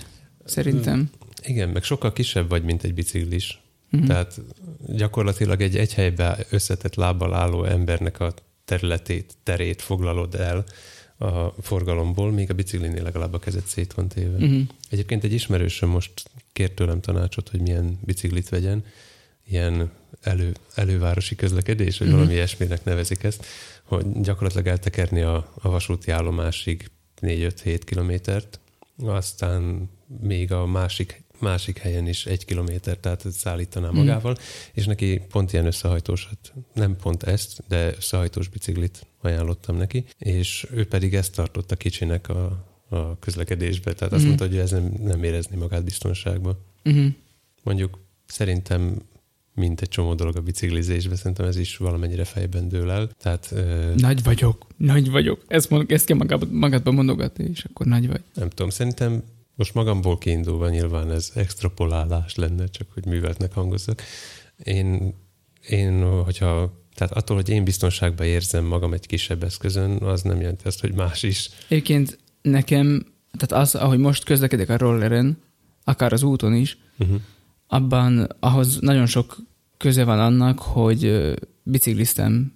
szerintem. Igen, meg sokkal kisebb vagy, mint egy biciklis. Uh-huh. Tehát gyakorlatilag egy egy helyben összetett lábbal álló embernek a területét, terét foglalod el a forgalomból, míg a biciklinél legalább a kezed szét van téve. Uh-huh. Egyébként egy ismerősöm most kért tőlem tanácsot, hogy milyen biciklit vegyen, ilyen elő, elővárosi közlekedés, vagy uh-huh. valami ilyesminek nevezik ezt, hogy gyakorlatilag eltekerni a, a vasúti állomásig négy-öt-hét kilométert, aztán még a másik, másik helyen is egy kilométer, tehát szállítaná magával, mm. és neki pont ilyen összehajtósat, nem pont ezt, de összehajtós biciklit ajánlottam neki, és ő pedig ezt tartotta kicsinek a, a közlekedésbe, tehát azt mm. mondta, hogy ez nem, nem érezni magát biztonságban. Mm. Mondjuk szerintem mint egy csomó dolog a biciklizésben, szerintem ez is valamennyire fejben dől el. Tehát, ö... Nagy vagyok, nagy vagyok. Ezt, mond, ezt kell magad, magadban mondogatni, és akkor nagy vagy. Nem tudom, szerintem most magamból kiindulva nyilván ez extrapolálás lenne, csak hogy műveltnek hangozzak. Én, én, hogyha, tehát attól, hogy én biztonságban érzem magam egy kisebb eszközön, az nem jelenti azt, hogy más is. Egyébként nekem, tehát az, ahogy most közlekedek a rolleren, akár az úton is, uh-huh. abban ahhoz nagyon sok köze van annak, hogy bicikliztem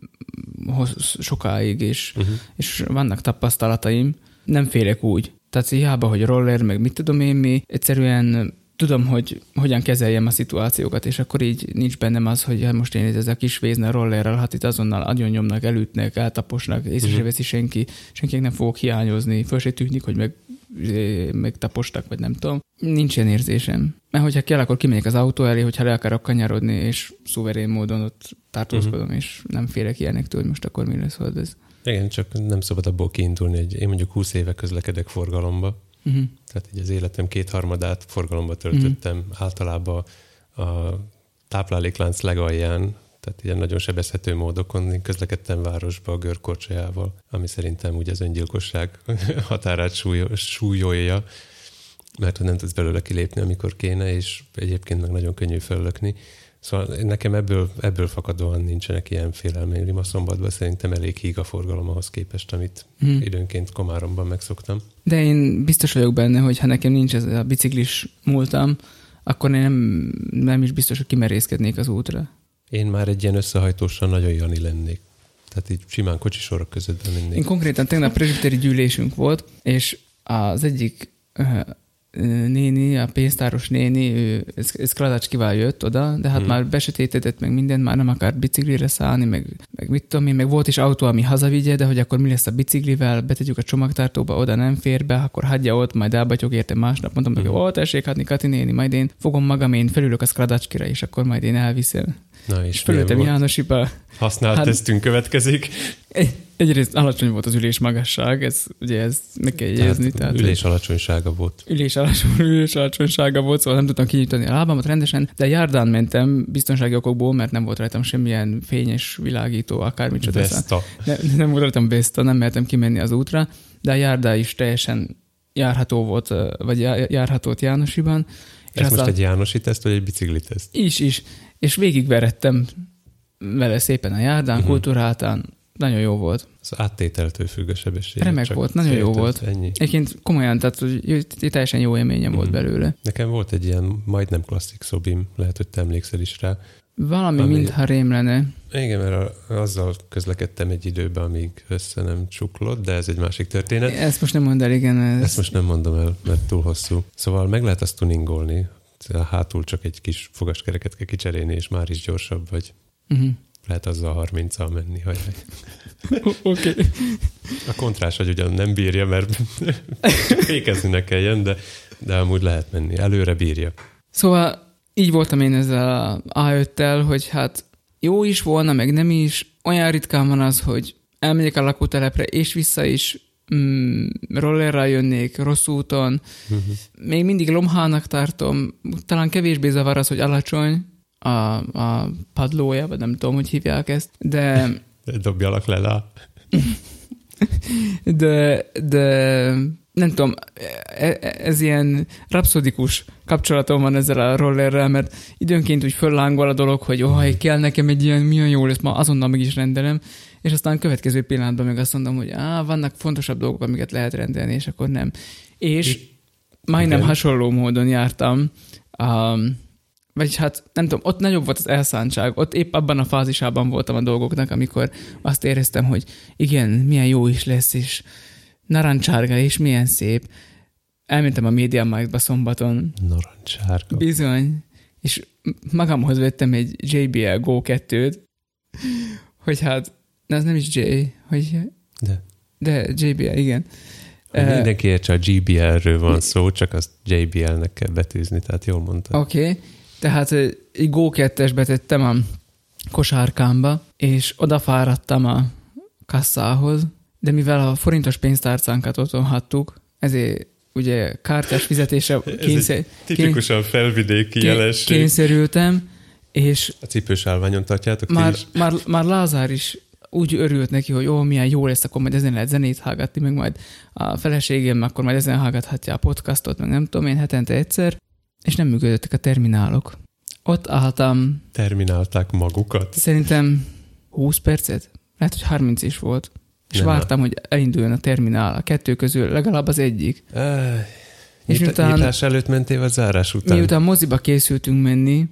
sokáig, és, uh-huh. és vannak tapasztalataim. Nem félek úgy. Tehát hiába, hogy roller, meg mit tudom én mi, egyszerűen tudom, hogy hogyan kezeljem a szituációkat, és akkor így nincs bennem az, hogy most én ez a kis vézne rollerrel, hát itt azonnal agyonnyomnak, elütnek, eltaposnak, észre uh-huh. se veszi senki, senkinek nem fogok hiányozni, föl se tűnik, hogy meg megtapostak, vagy nem tudom. Nincs ilyen érzésem. Mert hogyha kell, akkor kimegyek az autó elé, hogyha le akarok kanyarodni, és szuverén módon ott tartózkodom, uh-huh. és nem félek ilyenektől, hogy most akkor mi lesz, hogy ez. Igen, csak nem szabad abból kiindulni, hogy én mondjuk húsz éve közlekedek forgalomba, uh-huh. tehát így az életem kétharmadát forgalomba töltöttem, uh-huh. általában a tápláléklánc legalján, tehát ilyen nagyon sebezhető módokon én közlekedtem városba a görkorcsolyával, ami szerintem úgy az öngyilkosság határát súlyolja, mert nem tudsz belőle kilépni, amikor kéne, és egyébként meg nagyon könnyű föllökni. Szóval nekem ebből, ebből fakadóan nincsenek ilyen félelmeim. Rimaszombatban szerintem elég híg a forgalom ahhoz képest, amit hmm. időnként Komáromban megszoktam. De én biztos vagyok benne, hogy ha nekem nincs ez a biciklis múltam, akkor én nem, nem is biztos, hogy kimerészkednék az útra. Én már egy ilyen összehajtósan nagyon Jani lennék. Tehát így simán kocsisorok között bemennék. Én konkrétan tegnap presbiteri gyűlésünk volt, és az egyik uh, néni, a pénztáros néni, ő Szkladácskival jött oda, de hát hmm. már besötétedett meg mindent, már nem akart biciklire szállni, meg, meg mit tudom én, meg volt is autó, ami hazavigye, de hogy akkor mi lesz a biciklivel, betegyük a csomagtartóba, oda nem fér be, akkor hagyja ott, majd elbatyog érte másnap, mondom, hmm. hogy ó, tessék hadni, Kati néni, majd én fogom magam, én felülök a Szkladácskira, és akkor majd én elviszem. Na és, és fölültem Jánosiba. Használt hát, tesztünk következik. Egy, egyrészt alacsony volt az ülés magasság, ez ugye ez meg kell jegyezni. Tehát ülés alacsonysága volt. Ülés, alacsony, ülés alacsonysága volt, szóval nem tudtam kinyitani a lábamat rendesen, de járdán mentem biztonsági okokból, mert nem volt rajtam semmilyen fényes világító, akármicsoda. Vesta. Ne, nem volt rajtam Vesta, nem mertem kimenni az útra, de a járdá is teljesen járható volt, vagy járhatót Jánosiban. Ez most a... egy Jánosi teszt, vagy egy bicikli teszt? Is, is. És végigveredtem vele szépen a járdán, uh-huh. kultúráltán. Nagyon jó volt. Az áttételtől függ a sebesség. Remek volt, nagyon jó volt. Ennyi. Egyébként komolyan, tehát teljesen jó élményem uh-huh. volt belőle. Nekem volt egy ilyen majdnem klasszik szobim, lehet, hogy te emlékszel is rá. Valami, ami... mintha rém lenne. Igen, mert azzal közlekedtem egy időben, amíg össze nem csuklott, de ez egy másik történet. Ezt most nem mondd el, igen. Ez... Ezt most nem mondom el, mert túl hosszú. Szóval meg lehet azt tuningolni. Hátul csak egy kis fogaskereket kell kicserélni, és már is gyorsabb vagy. Uh-huh. Lehet azzal harminccal menni, hogy... Oké. Okay. A kontrás agy ugyan nem bírja, mert fékezninek kelljen, de, de amúgy lehet menni. Előre bírja. Szóval így voltam én ezzel á öttel, hogy hát jó is volna, meg nem is. Olyan ritkán van az, hogy elmegyek a lakótelepre, és vissza is mm, rollerrel jönnék rossz úton. Uh-huh. Még mindig lomhának tartom. Talán kevésbé zavar az, hogy alacsony a, a padlója, vagy nem tudom, hogy hívják ezt, de... Dobjalak le rá. de, de nem tudom, ez ilyen rapszodikus kapcsolatom van ezzel a rollerrel, mert időnként úgy föllángol a dolog, hogy oh, kell nekem egy ilyen, milyen jó lesz, ma azonnal meg is rendelem, és aztán a következő pillanatban meg azt mondom, hogy á, vannak fontosabb dolgok, amiket lehet rendelni, és akkor nem. És... majdnem Igen. hasonló módon jártam. Um, vagyis hát nem tudom, ott nagyobb volt az elszántság. Ott épp abban a fázisában voltam a dolgoknak, amikor azt éreztem, hogy igen, milyen jó is lesz, és narancsárga, és milyen szép. Elmentem a MediaMarktba szombaton. Narancsárga. Bizony. És magamhoz vettem egy jé bé el Go kettőt, hogy hát, ez nem is J, hogy... De. De jé bé el, igen. Hogy mindenki értse, a gé bé el-ről van szó, csak azt jé bé el-nek kell betűzni, tehát jól mondtad. Oké, okay. Tehát egy Go kettes betettem a kosárkámba, és odafáradtam a kasszához, de mivel a forintos pénztárcánkat otthon hagytuk, ezért ugye kártyás fizetése kényszer, tipikusan felvidéki jelenség. Kényszerültem, és a cipős állványon tartjátok már, ti is? Már, már Lázár is úgy örült neki, hogy ó, milyen jó lesz, akkor majd ezen lehet zenét hallgatni, meg majd a feleségem akkor majd ezen hallgathatja a podcastot, meg nem tudom én, hetente egyszer, és nem működöttek a terminálok. Ott álltam. Terminálták magukat? Szerintem húsz percet? Lehet, hogy harminc is volt. És nem vártam, hogy elinduljon a terminál. A kettő közül legalább az egyik. Uh, és miután, nyitás előtt mentél, vagy zárás után? Miután moziba készültünk menni,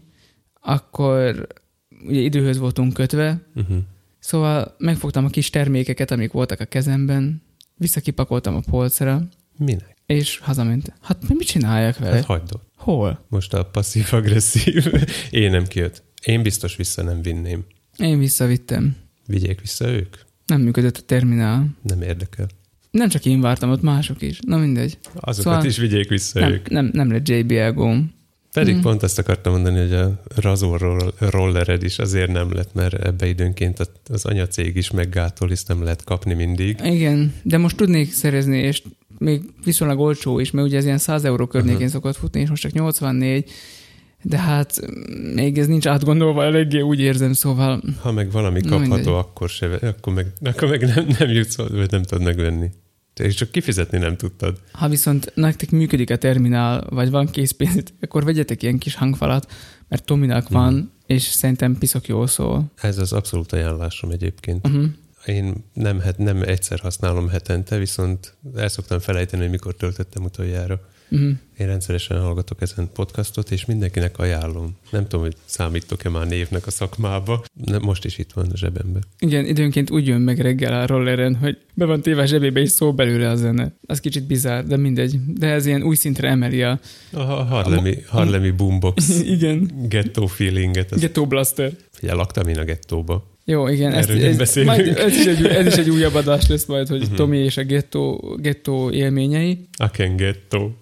akkor ugye időhöz voltunk kötve, uh-huh. Szóval megfogtam a kis termékeket, amik voltak a kezemben, visszakipakoltam a polcra. Minek? És hazamentem. Hát mit csináljak vele? Hát hagyd ott. Hol? Most a passzív-agresszív. Én nem kijött. Én biztos vissza nem vinném. Én visszavittem. Vigyék vissza ők? Nem működött a terminál. Nem érdekel. Nem csak én vártam, ott mások is. Na mindegy. Azokat szóval is vigyék vissza nem, ők. Nem, nem lett jé bé el Go-m. Pedig mm. pont ezt akartam mondani, hogy a Razor rollered is azért nem lett, mert ebbe időnként az anyacég is meggátol, hisz nem lehet kapni mindig. Igen, de most tudnék szerezni, és még viszonylag olcsó is, mert ugye ez ilyen száz euró környékén uh-huh. szokott futni, és most csak nyolcvannégy, de hát még ez nincs átgondolva eléggé, úgy érzem, szóval... Ha meg valami kapható, akkor, se, akkor meg, akkor meg nem, nem jutsz, vagy nem tudod megvenni. És csak kifizetni nem tudtad. Ha viszont nektek működik a terminál, vagy van készpénz, akkor vegyetek ilyen kis hangfalat, mert Tominak van, uh-huh. és szerintem piszok jól szól. Ez az abszolút ajánlásom egyébként. Uh-huh. Én nem, nem egyszer használom hetente, viszont el szoktam felejteni, hogy mikor töltöttem utoljára. Uh-huh. Én rendszeresen hallgatok ezen podcastot, és mindenkinek ajánlom. Nem tudom, hogy számítok-e már névnek a szakmába. Most is itt van a zsebemben. Igen, időnként úgy jön meg reggel a rolleren, hogy be van téve a zsebébe, és szól belőle a zene. Az kicsit bizarr, de mindegy. De ez ilyen új szintre emeli a... A Harlemi, Harlemi boombox. Igen. Ghetto feelinget. Az... Ghetto blaster. Figyelj, laktam én a gettóba. Jó, igen, ezt, ez, majd, ez, is egy, ez is egy újabb adás lesz majd, hogy uh-huh. Tomi és a gettó, gettó élményei. Aken gettó.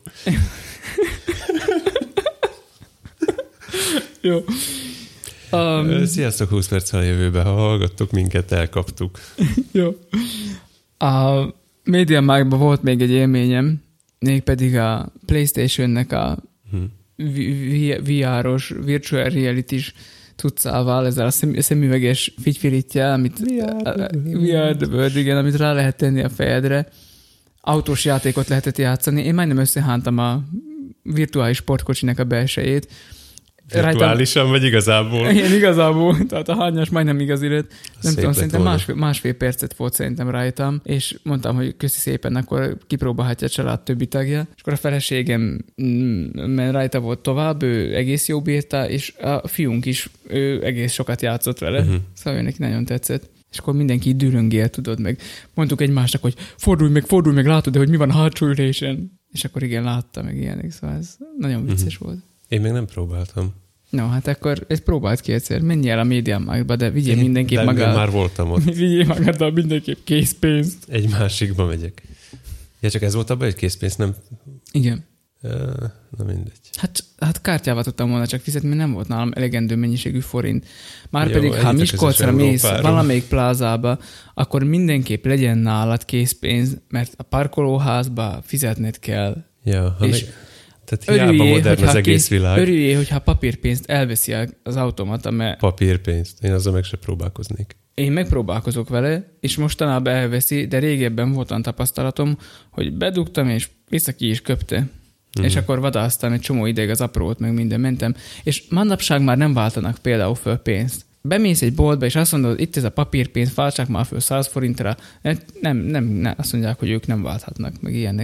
Jó. Um, Sziasztok, húsz perccel a jövőbe. Ha hallgattok minket, elkaptuk. Jó. A MediaMarktban volt még egy élményem, mégpedig a PlayStation-nek a uh-huh. vé er-os, Virtual Reality-s cuccával, ezzel a szem, szemüveges figyfilittyel, amit vé er the World, igen, amit rá lehet tenni a fejedre. Autós játékot lehetett játszani. Én majdnem összehántam a virtuális sportkocsinek a belsejét. Virtuálisan, vagy igazából? Igen, igazából. Tehát a hányas majdnem igazi lett. Nem tudom, szerintem másfél, másfél percet volt szerintem rajtam, és mondtam, hogy köszi szépen, akkor kipróbálhatja a család többi tagja. És akkor a feleségem mert rajta volt tovább, ő egész jó bírta, és a fiunk is, ő egész sokat játszott vele. Uh-huh. Szóval neki nagyon tetszett. És akkor mindenki így düröngél, tudod meg. Mondtuk egymásnak, hogy fordulj meg, fordulj meg, látod, de hogy mi van a hátsó ülésen. És akkor igen, látta meg ilyenek, szóval ez nagyon vicces uh-huh. volt. Én még nem próbáltam. No, hát akkor ezt próbáld ki egyszer. Menj el a MediaMarktba, de vigyél mindenképp de magad. már voltam ott. Vigyél magaddal mindenképp készpénzt. Egy másikba megyek. Ja, csak ez volt abban, hogy készpénzt nem... Igen. Ja, na mindegy. Hát, hát kártyával tudtam volna csak fizetni, mert nem volt nálam elegendő mennyiségű forint. Márpedig, ha Miskolcra mész valamelyik plázába, akkor mindenképp legyen nálad készpénz, mert a parkolóházba fizetned kell. Ja, ha és meg... Tehát hiába modern az egész világ. Örüljél, hogyha papírpénzt elveszi az automata, mert... Papírpénzt? Én azzal meg se próbálkoznék. Én megpróbálkozok vele, és mostanában elveszi, de régebben volt olyan tapasztalatom, hogy bedugtam, és vissza ki is köpte. Mm. És akkor vadásztam egy csomó ideig az aprót, meg minden mentem. És manapság már nem váltanak például föl pénzt. Bemész egy boltba, és azt mondod, itt ez a papírpénz, váltsák már föl száz forintra. Nem, nem, nem, azt mondják, hogy ők nem válthatnak, meg ilyenek.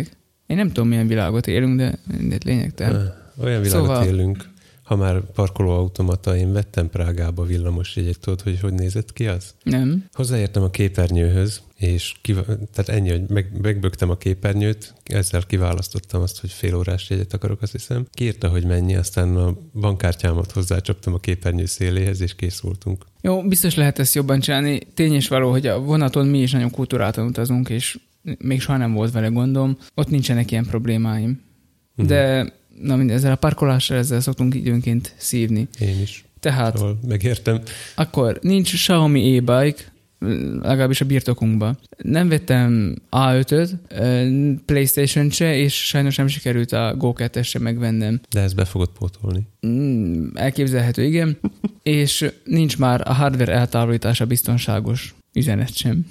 Én nem tudom, milyen világot élünk, de mindegy lényegtelen. Olyan világot szóval... élünk, ha már parkolóautomata, én vettem Prágába villamosjegyet, tudod, hogy hogy nézett ki az? Nem. Hozzáértem a képernyőhöz, és kiva- tehát ennyi, hogy meg, megbögtem a képernyőt, ezzel kiválasztottam azt, hogy fél órás jegyet akarok, azt hiszem. Kiírta, hogy mennyi, aztán a bankkártyámat hozzácsaptam a képernyő széléhez, és kész voltunk. Jó, biztos lehet ezt jobban csinálni. Tény és való, hogy a vonaton mi is nagyon kultúráltan utazunk, és még soha nem volt vele gondom. Ott nincsenek ilyen problémáim. De uh-huh. na mindegy, ezzel a parkolással ezzel szoktunk időnként szívni. Én is. Tehát Szóval megértem. Akkor nincs Xiaomi e-bike, legalábbis a birtokunkban. Nem vettem á ötöt, PlayStation se, és sajnos nem sikerült a Go kettes se megvennem. De ezt be fogod pótolni. Mm, elképzelhető, igen. És nincs már a hardware eltávolítása biztonságos üzenet sem.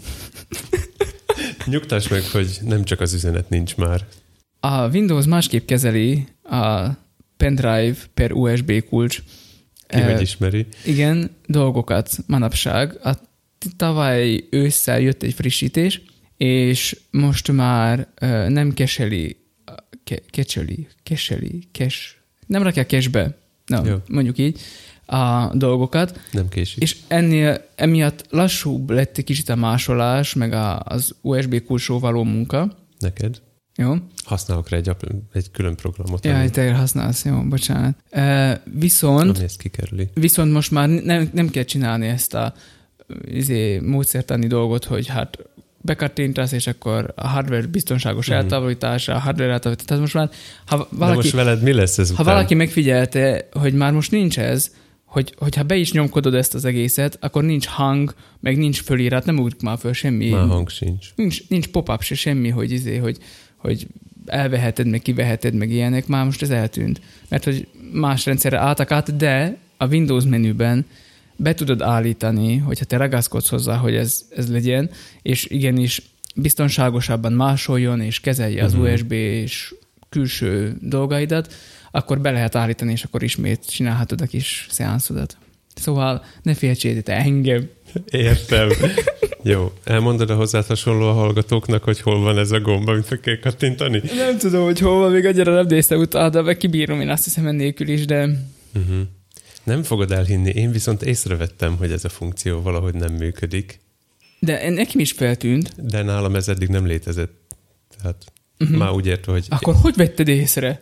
Nyugtass meg, hogy nem csak az üzenet nincs már. A Windows másképp kezeli a pendrive per u es bé kulcs. Ki hogy ismeri. Igen, dolgokat manapság. A tavaly ősszel jött egy frissítés, és most már uh, nem keseli, ke, kecseli, keseli, kes, nem rakják cashbe, no, mondjuk így, a dolgokat. Nem késik. És ennél emiatt lassúbb lett egy kicsit a másolás, meg a, az u es bé kulcsról való munka. Neked? Jó. Használok rá egy, egy külön programot. Ja, hogy te használsz, jó, bocsánat. E, viszont, ami ezt kikerüli. Viszont most már nem, nem kell csinálni ezt a izé, módszertani dolgot, hogy hát bekattintasz, és akkor a hardware biztonságos mm-hmm. eltávolítása, a hardware eltávolítása. Tehát most már, ha valaki, de most veled mi lesz ez ha után? valaki megfigyelte, hogy már most nincs ez, hogy, hogyha be is nyomkodod ezt az egészet, akkor nincs hang, meg nincs fölírat, nem ugrik már föl semmi. Már hang sincs. Nincs, nincs pop-up se semmi, hogy, izé, hogy, hogy elveheted, meg kiveheted, meg ilyenek, már most ez eltűnt. Mert hogy más rendszerre álltak át, de a Windows menüben be tudod állítani, hogyha te ragaszkodsz hozzá, hogy ez, ez legyen, és igenis biztonságosabban másoljon, és kezelje az uh-huh. u es bé és külső dolgaidat, akkor be lehet állítani, és akkor ismét csinálhatod a kis szeánszodat. Szóval ne féltsél te engem. Értem. Jó, elmondod a hozzád hasonló a hallgatóknak, hogy hol van ez a gomb, amit meg kell kattintani? Nem tudom, hogy hol van, még annyira nem néztem utána, de meg kibírom én azt hiszem ennélkül is, de... Uh-huh. Nem fogod elhinni, én viszont észrevettem, hogy ez a funkció valahogy nem működik. De nekem is feltűnt. De nálam ez eddig nem létezett. Tehát uh-huh. már úgy értve, hogy... Akkor hogy vetted észre?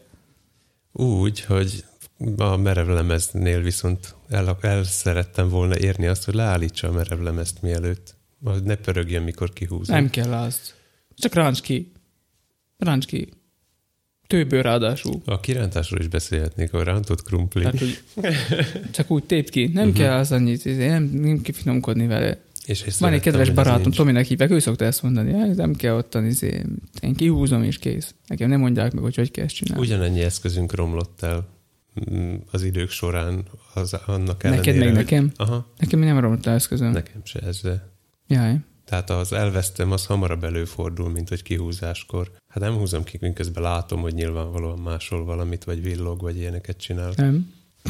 Úgy, hogy a merevlemeznél viszont el, el szerettem volna érni azt, hogy leállítsa a merevlemezt mielőtt. Ne pörögjön, mikor kihúzom. Nem kell azt. Csak ráncs ki. Ráncs ki. Tőből ráadásul. A kirántásról is beszélhetnék, a rántott krumpli. Tehát, hogy csak úgy tép ki. Nem uh-huh. kell az annyit, nem, nem kifinomkodni vele. És van egy kedves barátom, Tominek hívják, ő szokta ezt mondani, nem kell ottan, izé, én kihúzom és kész. Nekem nem mondják meg, hogy hogy kell ezt csinálni. Ugyanennyi eszközünk romlott el az idők során az, annak ellenére. Neked meg hogy... nekem? Aha. Nekem nem romlott el eszközöm. Nekem se ezzel. Jaj. Tehát az elvesztem, az hamarabb előfordul, mint hogy kihúzáskor. Hát nem húzom ki, miközben látom, hogy nyilvánvalóan másol valamit, vagy villog, vagy ilyeneket csinál. Nem.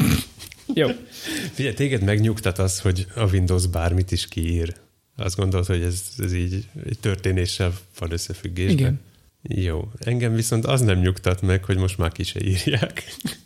Jó. Figyelj, téged megnyugtat az, hogy a Windows bármit is kiír. Azt gondolod, hogy ez, ez így egy történéssel van összefüggésben? Igen. Jó. Engem viszont az nem nyugtat meg, hogy most már ki se írják.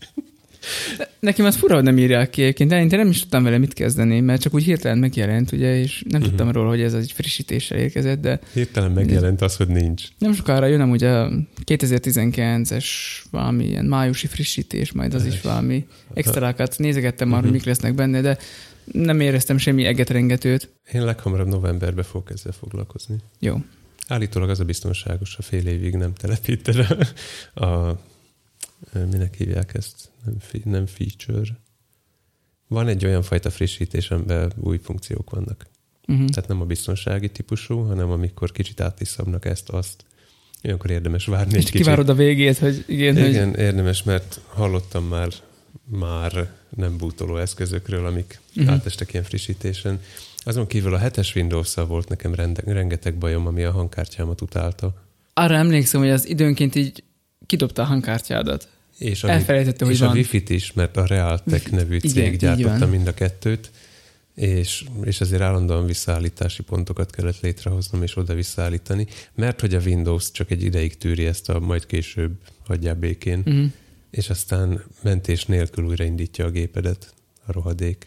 Nekem az fura, hogy nem írják ki egyébként, de én nem is tudtam vele mit kezdeni, mert csak úgy hirtelen megjelent, ugye, és nem uh-huh. tudtam róla, hogy ez egy frissítéssel érkezett, de... Hirtelen megjelent az, hogy nincs. Nem sokára jön amúgy a kétezer-tizenkilences valami ilyen májusi frissítés, majd az is valami extrákat nézegettem már, uh-huh. hogy mik lesznek benne, de nem éreztem semmi egetrengetőt. Én leghamarabb novemberben fogok ezzel foglalkozni. Jó. Állítólag az a biztonságos, ha fél évig nem telepíted a, a minek hívják ezt? Nem, fi, nem feature. Van egy olyan fajta frissítés, amiben új funkciók vannak. Uh-huh. Tehát nem a biztonsági típusú, hanem amikor kicsit át is szabnak ezt, azt. Olyankor érdemes várni egy kicsit. Kivárod a végét, hogy igen. Igen, hogy... érdemes, mert hallottam már, már nem bootoló eszközökről, amik uh-huh. átestek ilyen frissítésen. Azon kívül a hetes Windows-szal volt nekem rende, rengeteg bajom, ami a hangkártyámat utálta. Arra emlékszem, hogy az időnként így kidobta a hangkártyádat. És a, elfelejtette, hogy és van. a Wi-Fi-t is, mert a Realtek nevű cég igen, gyártotta mind a kettőt, és, és ezért állandóan visszaállítási pontokat kellett létrehoznom, és oda visszaállítani, mert hogy a Windows csak egy ideig tűri ezt, a majd később hagyjál békén, uh-huh. és aztán mentés nélkül újraindítja a gépedet, a rohadék.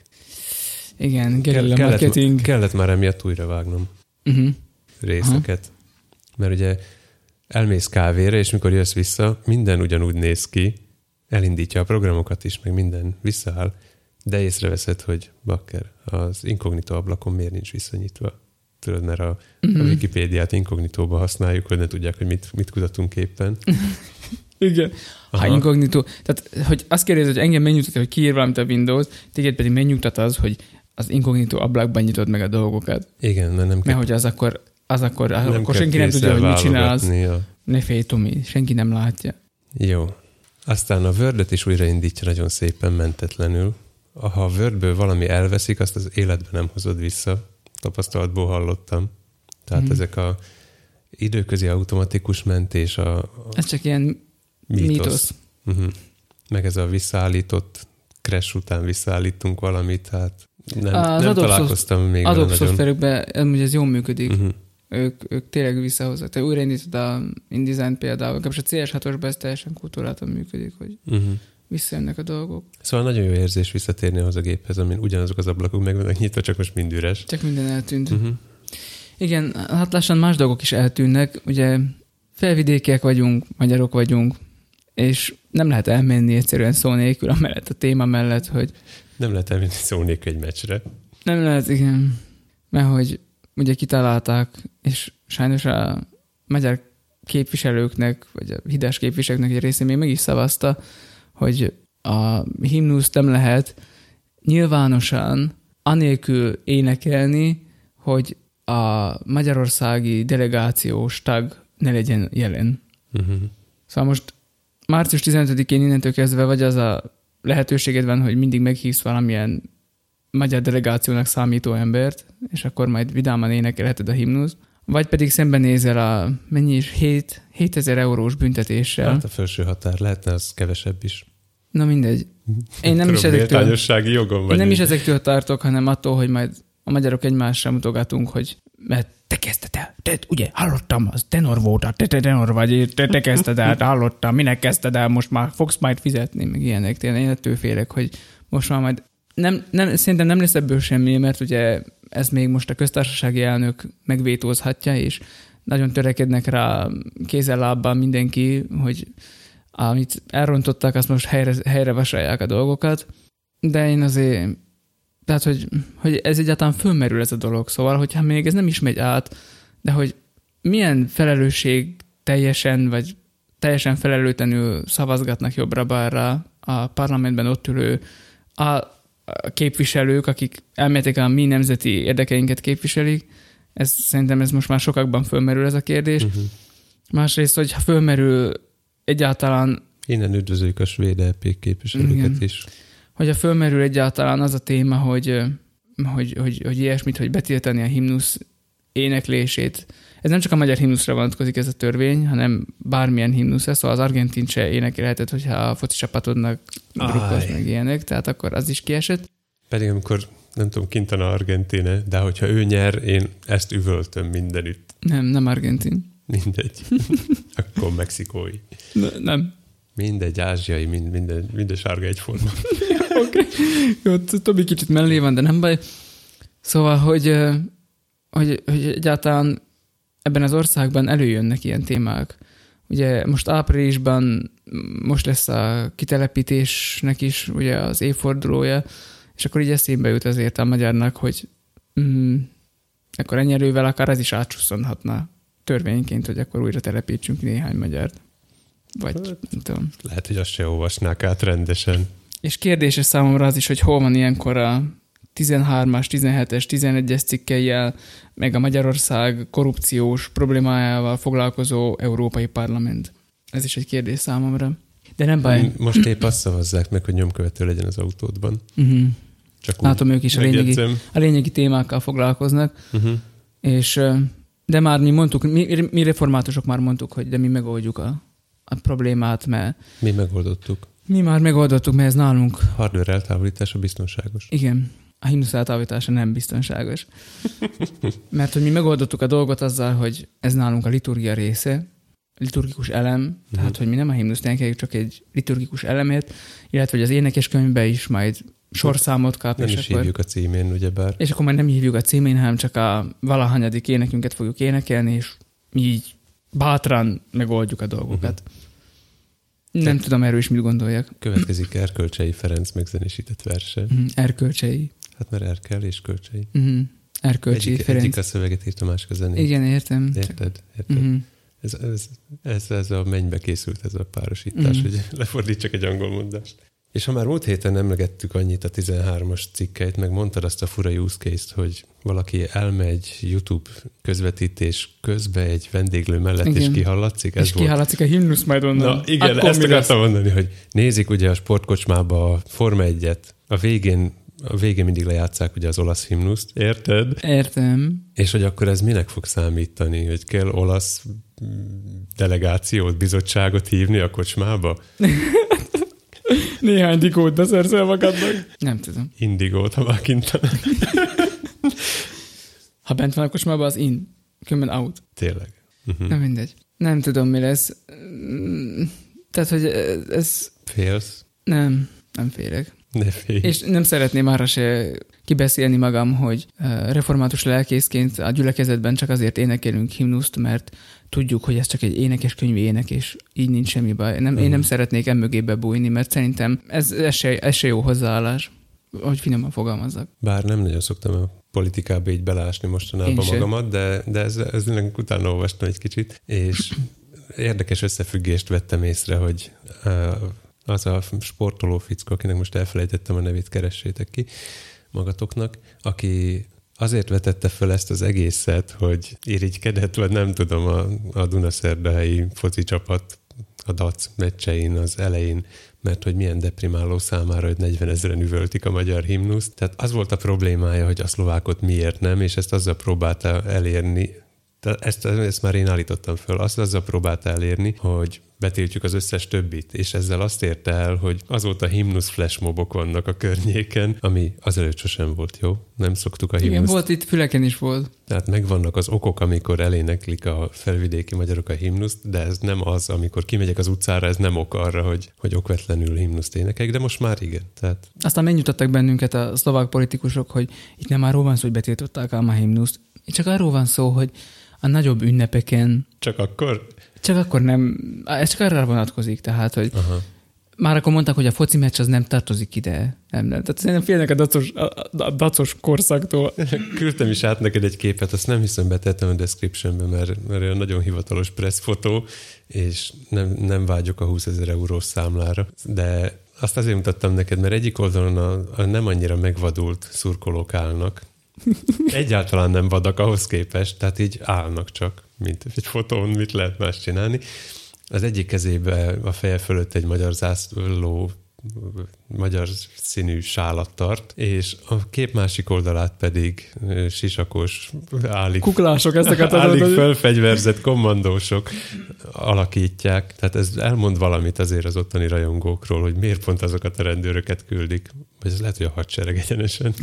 Igen, gerilla marketing. Kellett, kellett már emiatt újra vágnom uh-huh. részeket. Aha. Mert ugye elmész kávéra, és mikor jössz vissza, minden ugyanúgy néz ki, elindítja a programokat is, meg minden visszaáll, de észreveszed, hogy bakker, az inkognitó ablakon miért nincs visszanyitva. Tudod, mert a, uh-huh. a Wikipédiát inkognitóba használjuk, hogy ne tudják, hogy mit, mit kutatunk éppen. Igen. Aha. Ha inkognitó, tehát hogy azt kérdezi, hogy engem megnyugtat, hogy kiír valamit a Windows, téged pedig megnyugtat az, hogy az inkognitó ablakban nyitod meg a dolgokat. Igen, mert nem kell. Mert hogy az akkor, az akkor, az akkor senki nem tudja, hogy mit csinálsz. Ja. Ne félj, Tomi, senki nem látja. Jó. Aztán a Word-et is újraindítja nagyon szépen, mentetlenül. Ha a Wordből valami elveszik, azt az életben nem hozod vissza. Tapasztalatból hallottam. Tehát hmm. ezek a időközi automatikus mentés, a, a ez csak ilyen mítosz. mítosz. Uh-huh. Meg ez a visszaállított crash után visszaállítunk valamit, hát nem, nem találkoztam szoft, még Adobe szoftverekben ez jól működik. Uh-huh. Ők, ők tényleg visszahozzák. Te újraindítod a InDesign például, és a cé es hatosban ez teljesen kultúráltan működik, hogy uh-huh. visszajönnek a dolgok. Szóval nagyon jó érzés visszatérni ahhoz a géphez, amin ugyanazok az ablakok meg vannak nyitva, csak most mind üres. Csak minden eltűnt. Uh-huh. Igen, hát lassan más dolgok is eltűnnek. Ugye felvidékiek vagyunk, magyarok vagyunk, és nem lehet elmenni egyszerűen szó nélkül amellett a téma mellett, hogy... Nem lehet elmenni szó nélkül egy meccsre. Nem lehet, igen. Mert hogy ugye kitalálták, és sajnos a magyar képviselőknek, vagy a hídes képviselőknek egy része még meg is szavazta, hogy a himnuszt nem lehet nyilvánosan anélkül énekelni, hogy a magyarországi delegációs tag ne legyen jelen. Uh-huh. Szóval most március tizenötödikén innentől kezdve vagy az a lehetőséged van, hogy mindig meghívsz valamilyen magyar delegációnak számító embert, és akkor majd vidáman énekelheted a himnusz, vagy pedig szembenézel a mennyi is hétezer eurós büntetéssel. Hát a felső határ lehetne, az kevesebb is. Na mindegy. Én nem, is ezektől, jogom én nem is ezektől tartok, hanem attól, hogy majd a magyarok egymásra mutogatunk, hogy mert te kezdted el, te, ugye, hallottam, az tenor volt, te, te tenor vagy, te, te kezdted el, hallottam, minek kezdted el, most már fogsz majd fizetni, meg ilyenek. Tényleg én ettől félek, hogy most már majd nem, nem, szerintem nem lesz ebből semmi, mert ugye ez még most a köztársasági elnök megvétózhatja, és nagyon törekednek rá kézzel-lábbal mindenki, hogy amit elrontottak, azt most helyre, helyre vasalják a dolgokat, de én azért, tehát, hogy, hogy ez egyáltalán fölmerül ez a dolog, szóval, hogyha még ez nem is megy át, de hogy milyen felelősség teljesen, vagy teljesen felelőtlenül szavazgatnak jobbra-balra a parlamentben ott ülő a, a képviselők, akik elméletileg a mi nemzeti érdekeinket képviselik, ez, szerintem ez most már sokakban fölmerül ez a kérdés. Uh-huh. Másrészt, hogyha fölmerül egyáltalán... Innen üdvözöljük a svéd é pé képviselőket igen. is. Hogyha fölmerül egyáltalán az a téma, hogy, hogy, hogy, hogy ilyesmit, hogy betiltani a himnusz éneklését. Ez nem csak a magyar himnuszra vonatkozik ez a törvény, hanem bármilyen himnuszra, szóval az argentin se énekelhetett, hogyha a foci csapatodnak drukkolsz meg ilyenek, tehát akkor az is kiesett. Pedig amikor, nem tudom, kint van a Argentine, de hogyha ő nyer, én ezt üvöltöm mindenütt. Nem, nem argentin. Mindegy. Akkor mexikói. Ne, nem. Mindegy, ázsiai, mind, minden, minden sárga egyforma. Oké. Jó, Tobi kicsit mellé van, de nem baj. Szóval, hogy, hogy, hogy egyáltalán ebben az országban előjönnek ilyen témák. Ugye most áprilisban most lesz a kitelepítésnek is ugye az évfordulója, és akkor így eszébe jut azért a magyarnak, hogy mm, akkor ennyi erővel akár ez is átsusszonhatna törvényként, hogy akkor újra telepítsünk néhány magyart. Vagy hát, nem tudom. Lehet, hogy azt se olvasnák át rendesen. És kérdéses számomra az is, hogy hol van ilyenkor a tizenhármas, tizenhetes, tizenegyes cikkelyel, meg a Magyarország korrupciós problémájával foglalkozó Európai Parlament. Ez is egy kérdés számomra. De nem baj. Most épp azt szavazzák meg, hogy nyomkövető legyen az autódban. Uh-huh. Csak látom, ők is a lényegi, a lényegi témákkal foglalkoznak. Uh-huh. És, de már mi mondtuk, mi, mi reformátusok már mondtuk, hogy de mi megoldjuk a, a problémát, mert... Mi megoldottuk. Mi már megoldottuk, mert ez nálunk... Hardware eltávolítása biztonságos. Igen. a himnusz eltávolítása nem biztonságos. Mert hogy mi megoldottuk a dolgot azzal, hogy ez nálunk a liturgia része, liturgikus elem, uh-huh. tehát hogy mi nem a himnuszt énekeljük, csak egy liturgikus elemét, illetve hogy az énekeskönyvbe is majd sorszámot kap. Nem és is akkor, hívjuk a címén, ugyebár. És akkor majd nem hívjuk a címén, hanem csak a valahanyadik énekünket fogjuk énekelni, és mi így bátran megoldjuk a dolgokat. Uh-huh. Nem Te tudom erről is mit gondoljak. Következik Erkölcsei Ferenc megzenésített verse. Uh-huh. Erkölcsei. Hát mert Erkel és Kölcsei. Uh-huh. Erkölcsi egyik, Ferenc. Egyik a szöveget írt, a másik a zenét. Igen, értem. Érted? Érted? Uh-huh. Ez, ez, ez, ez a mennybe készült ez a párosítás, Uh-huh. hogy lefordítsak egy angol mondást. És ha már múlt héten emlegettük annyit a tizenhármas cikkeit, meg mondtad azt a fura use case-t, hogy valaki elmegy YouTube közvetítés közben egy vendéglő mellett, igen. és kihallatszik. Ez és kihallatszik a himnusz majd onnan. Na igen, akkor ezt akartam mondani, hogy nézik ugye a sportkocsmába a Forma egyet, a végén, a végén mindig lejátszák ugye az olasz himnuszt, érted? Értem. És hogy akkor ez minek fog számítani, hogy kell olasz delegációt, bizottságot hívni a kocsmába? Néhány digót beszerzel magadnak? Nem tudom. Indigót, ha már kint. Ha bent van a kocsmában, az in. Különben out. Tényleg. Uh-huh. Nem mindegy. Nem tudom, mi lesz. Tehát, hogy ez... Félsz? Nem, nem félek. Ne félj. És nem szeretném arra se kibeszélni magam, hogy református lelkészként a gyülekezetben csak azért énekelünk himnuszt, mert tudjuk, hogy ez csak egy énekeskönyvi ének, és így nincs semmi baj. Nem, uh-huh. Én nem szeretnék emögébe bújni, mert szerintem ez, ez, se, ez se jó hozzáállás, hogy finoman fogalmazzak. Bár nem nagyon szoktam a politikába így belásni mostanában magamat, de, de ez, ez utána olvastam egy kicsit, és érdekes összefüggést vettem észre, hogy az a sportoló fickó, akinek most elfelejtettem a nevét, keressétek ki magatoknak, aki azért vetette fel ezt az egészet, hogy irigykedett, vagy nem tudom, a, a Dunaszerdahelyi foci csapat a dé á cé meccsein az elején, mert hogy milyen deprimáló számára, hogy negyvenezren üvöltik a magyar himnuszt. Tehát az volt a problémája, hogy a szlovákot miért nem, és ezt azzal próbálta elérni, ezt, ezt már én állítottam föl, azt azzal próbálta elérni, hogy betiltjuk az összes többit, és ezzel azt érte el, hogy azóta himnusz flashmobok vannak a környéken, ami azelőtt sosem volt jó. Nem szoktuk a himnuszt. Igen, volt itt, Füleken is volt. Tehát megvannak az okok, amikor eléneklik a felvidéki magyarok a himnuszt, de ez nem az, amikor kimegyek az utcára, ez nem ok arra, hogy, hogy okvetlenül himnuszt énekek, de most már igen. Tehát... Aztán megnyugtattak bennünket a szlovák politikusok, hogy itt nem arról van szó, hogy betiltották ám a himnuszt. Itt csak arról van szó, hogy a nagyobb ünnepeken... Csak akkor? Csak akkor nem... Ez csak arra vonatkozik, tehát, hogy aha. Már akkor mondták, hogy a foci meccs az nem tartozik ide. Nem, nem. Tehát szerintem félnek a dacos, a, a dacos korszaktól. Küldtem is át neked egy képet, azt nem hiszem betettem a descriptionbe, mert, mert olyan nagyon hivatalos presszfotó, és nem, nem vágyok a húszezer eurós számlára. De azt azért mutattam neked, mert egyik oldalon a, a nem annyira megvadult szurkolók állnak. Egyáltalán nem vadak ahhoz képest, tehát így állnak csak, mint egy fotón, mit lehet más csinálni. Az egyik kezébe a feje fölött egy magyar zászló, magyar színű sálat tart, és a kép másik oldalát pedig sisakos, állig, kuklások, ezeket állig felfegyverzett kommandósok alakítják. Tehát ez elmond valamit azért az ottani rajongókról, hogy miért pont azokat a rendőröket küldik. Vagy ez lehet, hogy a hadsereg egyenesen.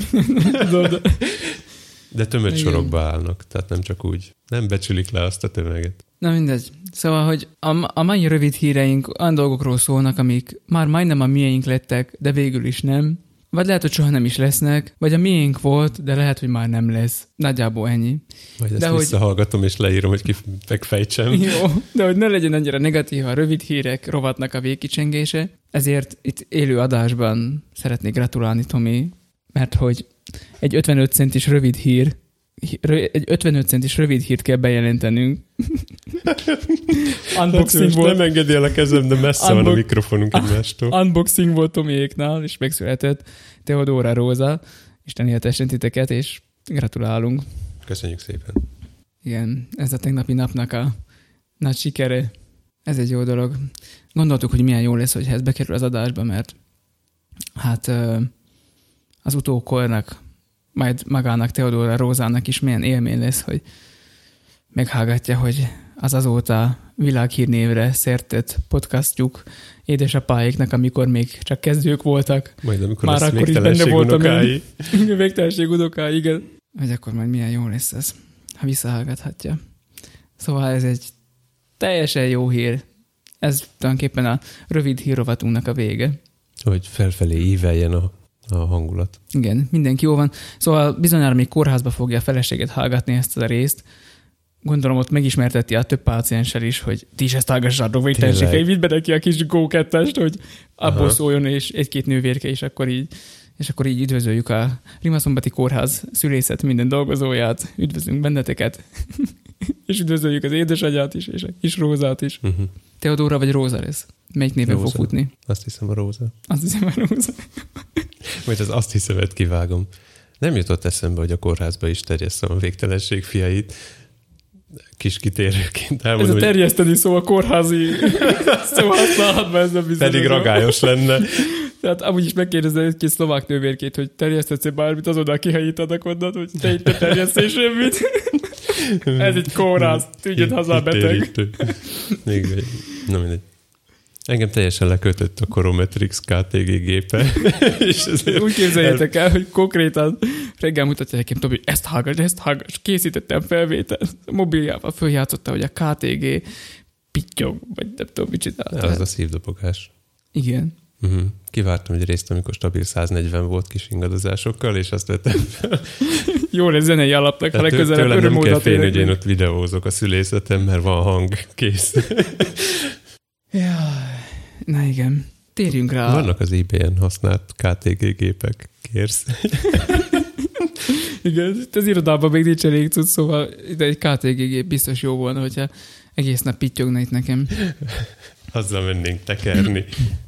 De tömött igen. sorokba állnak, tehát nem csak úgy. Nem becsülik le azt a tömeget. Na mindegy. Szóval, hogy a, a mai rövid híreink olyan dolgokról szólnak, amik már majdnem a miénk lettek, de végül is nem. Vagy lehet, hogy soha nem is lesznek, vagy a miénk volt, de lehet, hogy már nem lesz. Nagyjából ennyi. Majd ezt de visszahallgatom, hogy... és leírom, hogy ki megfejtsem. Jó, de hogy ne legyen annyira negatív a rövid hírek rovatnak a végkicsengése. Ezért itt élő adásban szeretnék gratulálni, Tomi, mert hogy egy ötvenöt centis rövid hír, egy ötvenöt centis rövid hírt kell bejelentenünk. Unboxing volt. Nem engedi el a kezem, de messze Unbo- van a mikrofonunk egymástól. Unboxing volt Tomiéknál, és megszületett Teodóra Róza. Isten éltessen titeket, és gratulálunk. Köszönjük szépen. Igen, ez a tegnapi napnak a nagy sikere. Ez egy jó dolog. Gondoltuk, hogy milyen jó lesz, hogyha ez bekerül az adásba, mert hát az utókornak, majd magának Teodóra Rózának is milyen élmény lesz, hogy meghallgatja, hogy az azóta világhírnévre szertett podcastjuk édesapáiknak, amikor még csak kezdők voltak. Majd amikor már lesz akkor is benne voltam én. Végtelenség unokái, igen. Vagy akkor majd milyen jó lesz ez, ha visszahallgathatja. Szóval ez egy teljesen jó hír. Ez tulajdonképpen a rövid hírrovatunknak a vége. Hogy felfelé íveljen a, a hangulat. Igen, mindenki jó van. Szóval bizonyára még kórházba fogja a feleséget hallgatni ezt a részt. Gondolom ott megismerteti a több pácienssel is, hogy ti is ezt hallgassátok végtelenségei, vidd be neki a kis gó kettest, hogy abból Aha. szóljon, és egy-két nővérke, és akkor így, és akkor így üdvözöljük a Rimaszombati Kórház szülészet minden dolgozóját, üdvözlünk benneteket, és üdvözöljük az édesanyját is, és a kis Rózát is. Uh-huh. Teodóra vagy Róza lesz? Melyik néven Róza. Fog futni? Azt hiszem a Róza. Azt hiszem a Róza. Majd az azt hiszemet kivágom. Nem jutott eszembe, hogy a kórházba is terjesszem a végtelenség fiait. Kis kitérőként elmondom. Ez a terjeszteni szó a kórházi szó használhatban, ez nem bizony. Pedig ragályos lenne. Tehát amúgy is megkérdezem egy kis szlovák nővérkét, hogy terjesztetsz-e bármit, azonnal kihajítanak onnan, hogy te itt ne terjesztél semmit. Ez egy kórház, tűnjön haza a beteg. Még egy. Na mindegy. Engem teljesen lekötött a Corometrix ká té gé gépe. És úgy képzeljétek el, hogy konkrétan reggel mutatja nekem Tobi, hogy ezt hallgass, ezt hallgass. Készítettem felvételt. A mobiljával följátszotta, hogy a ká té gé pittyog, vagy nem tudom, mit csinálta. Az a szívdobogás. Igen. Uh-huh. Kivártam egy részt, amikor stabil száznegyven volt kis ingadozásokkal, és azt vettem fel. Jó lesz zenei alapnak, ha legközelebb örömódat nem kell félni, hogy én ott videózok a szülészetem, mert van hang, kész. Jaj, na igen. Térjünk rá. Vannak az eBay-en használt ká té gé gépek, kérsz? Igen, az irodában még nincs elég cucc, szóval ide egy ká té gé gép biztos jó volna, hogyha egész nap pittyogna itt nekem. Azzal mennénk tekerni.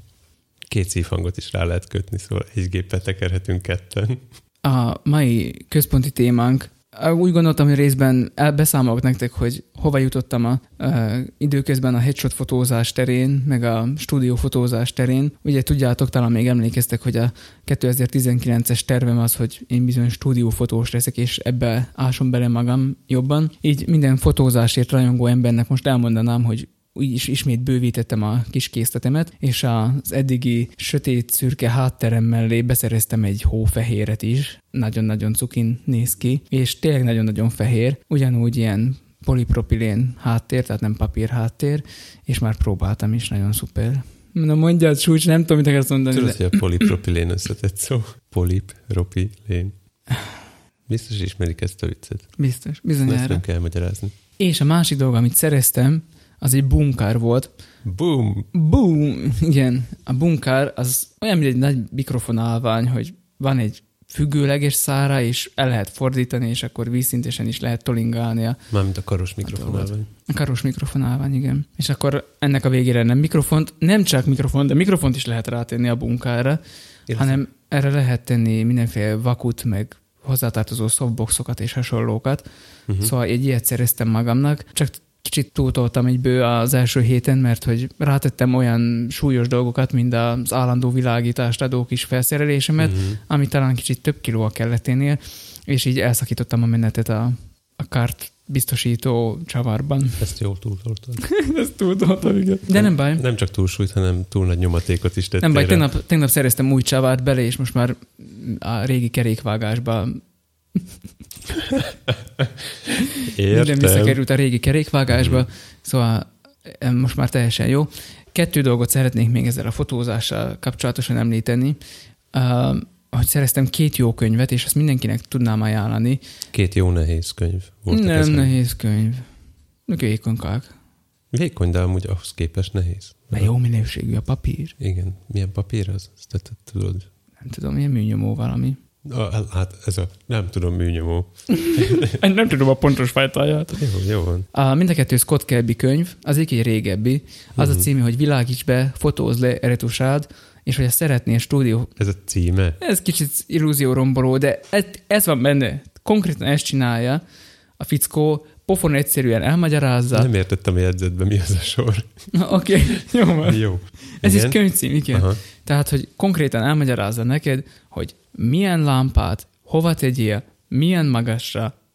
Két szívhangot is rá lehet kötni, szóval egy géppel tekerhetünk ketten. A mai központi témánk, úgy gondoltam, hogy részben beszámolok nektek, hogy hova jutottam a, a, időközben a headshot fotózás terén, meg a stúdiófotózás terén. Ugye tudjátok, talán még emlékeztek, hogy a kétezer-tizenkilences tervem az, hogy én bizony stúdiófotós leszek, és ebbe ásom bele magam jobban. Így minden fotózásért rajongó embernek most elmondanám, hogy úgy is ismét bővítettem a kis készletemet, és az eddigi sötét szürke hátterem mellé beszereztem egy hófehéret is. Nagyon-nagyon cukin néz ki, és tényleg nagyon-nagyon fehér. Ugyanúgy ilyen polipropilén háttér, tehát nem papír háttér, és már próbáltam is, nagyon szuper. Na mondjad, Súcs, nem tudom, mit akarsz mondani. Tudod, de... hogy a polipropilén összetett szó? Polipropilén. Biztos ismerik ezt a viccet. Biztos, bizonyára. Ezt nem kell magyarázni. És a másik dolog, amit szereztem, az egy bunkár volt. Boom! Boom! Igen, a bunkár az olyan, mint egy nagy mikrofonálvány, hogy van egy függőleges szára, és el lehet fordítani, és akkor vízszintesen is lehet tolingálni. A, Mármint a karos mikrofonálvány. A karos mikrofonálvány, igen. És akkor ennek a végére nem mikrofont, nem csak mikrofon, de mikrofont is lehet rátenni a bunkárra, Én hanem erre lehet tenni mindenféle vakut, meg hozzátartozó softboxokat és hasonlókat. Uh-huh. Szóval egy ilyet szereztem magamnak, csak kicsit túltoltam egyből az első héten, mert hogy rátettem olyan súlyos dolgokat, mint az állandó világítást adó kis felszerelésemet, uh-huh. ami talán kicsit több kiló a kelleténél, és így elszakítottam a menetet a, a kárt biztosító csavarban. Ezt jól túltoltad. Ezt túltoltam, igen. De nem baj. Nem csak túlsúlyt, hanem túl nagy nyomatékot is tettél. Nem baj, tegnap, tegnap szereztem új csavart bele, és most már a régi kerékvágásban minden visszakerült a régi kerékvágásba, mm. szóval most már teljesen jó. Kettő dolgot szeretnék még ezzel a fotózással kapcsolatosan említeni, uh, hogy szereztem két jó könyvet, és azt mindenkinek tudnám ajánlani. Két jó nehéz könyv voltak Nem ezen. nehéz könyv. Vékonykák. Vékony, de amúgy ahhoz képest nehéz. De jó minőségű a papír. Igen. Milyen papír az? Ezt te, te tudod? Nem tudom, milyen műnyomó valami. A, hát ez a nem tudom műnyomó. Nem tudom a pontos fajtáját. Jó, jó van. A, mind a kettő Scott Kelby könyv, az egy régebbi. Az uh-huh. a címe, hogy világíts be, fotózd le, retusáld, és hogy ezt szeretnél stúdió... Ez a címe? Ez kicsit illúzióromboló, de ez, ez van benne. Konkrétan ezt csinálja a fickó, pofon egyszerűen elmagyarázza. Nem értettem a jegyzetben, mi az a sor. Oké, okay, jó van. Jó. Ez igen? is könyvcím, igen. Aha. Tehát, hogy konkrétan elmagyarázza neked, hogy milyen lámpát, hova tegyél, milyen magasra,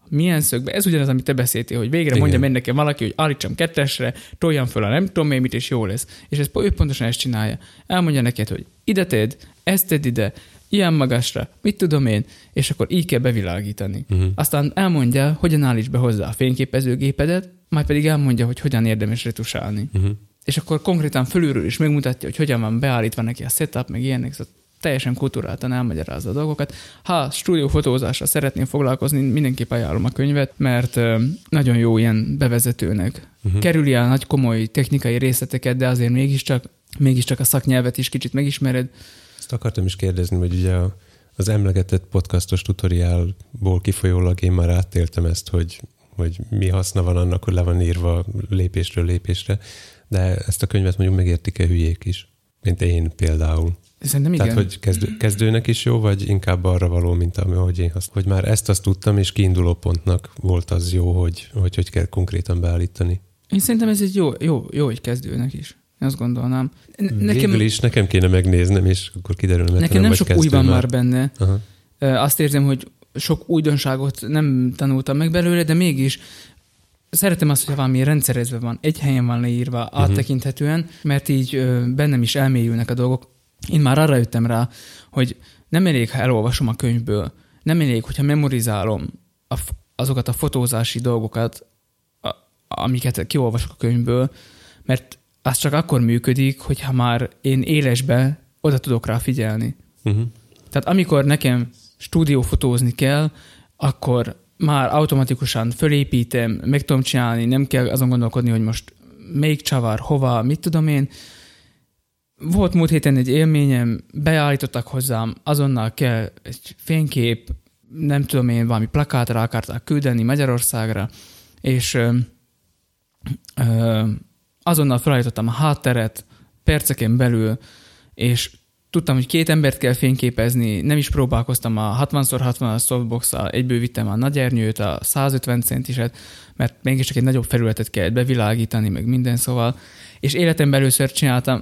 milyen szögbe. Ez ugyanaz, amit te beszéltél, hogy végre igen. mondja meg nekem valaki, hogy állítsam kettesre, toljam föl a nem tudom én mit, és jó lesz. És ez ő pontosan ezt csinálja. Elmondja neked, hogy ide tedd, ezt tedd ide, ilyen magasra, mit tudom én, és akkor így kell bevilágítani. Uh-huh. Aztán elmondja, hogyan állíts be hozzá a fényképezőgépedet, majd pedig elmondja, hogy hogyan érdemes retusálni. Uh-huh. És akkor konkrétan fölülről is megmutatja, hogy hogyan van beállítva neki a setup, meg ilyenek, szóval teljesen kulturáltan elmagyarázza a dolgokat. Ha stúdiófotózásra szeretném foglalkozni, mindenképp ajánlom a könyvet, mert nagyon jó ilyen bevezetőnek. Uh-huh. Kerüli el nagy komoly technikai részleteket, de azért mégiscsak, mégiscsak a szaknyelvet is kicsit megismered. Ezt akartam is kérdezni, hogy ugye az emlegetett podcastos tutoriálból kifolyólag én már átéltem ezt, hogy, hogy mi haszna van annak, hogy le van írva lépésről lépésre, de ezt a könyvet mondjuk megértik-e hülyék is, mint én például. Szerintem igen. Tehát, hogy kezdő, kezdőnek is jó, vagy inkább arra való, mint ahogy én használom. Hogy már ezt azt tudtam, és kiinduló pontnak volt az jó, hogy hogy, hogy kell konkrétan beállítani. Én szerintem ez egy jó, jó, jó hogy kezdőnek is. Én azt gondolnám. Nekem, Végül is nekem kéne megnéznem, és akkor kiderül, mert nekem nem, nem sok új van már, már benne. Aha. Azt érzem, hogy sok újdonságot nem tanultam meg belőle, de mégis szeretem azt, hogy valami rendszerezve van, egy helyen van leírva, uh-huh. áttekinthetően, mert így bennem is elmélyülnek a dolgok. Én már arra jöttem rá, hogy nem elég, ha elolvasom a könyvből, nem elég, hogyha memorizálom a, azokat a fotózási dolgokat, a, amiket kiolvasok a könyvből, mert az csak akkor működik, hogyha már én élesbe oda tudok rá figyelni. Uh-huh. Tehát amikor nekem stúdiófotózni kell, akkor már automatikusan fölépítem, meg tudom csinálni, nem kell azon gondolkodni, hogy most melyik csavar, hova, mit tudom én. Volt múlt héten egy élményem, beállítottak hozzám, azonnal kell egy fénykép, nem tudom én, valami plakátra akarták küldeni Magyarországra, és ö, ö, azonnal felállítottam a hátteret perceken belül, és tudtam, hogy két embert kell fényképezni, nem is próbálkoztam a hatvan szor hatvanas softbox-szal, egyből vittem a nagy ernyőt, a százötven centiset, mert mégiscsak egy nagyobb felületet kell bevilágítani, meg minden, szóval. És életemben először csináltam,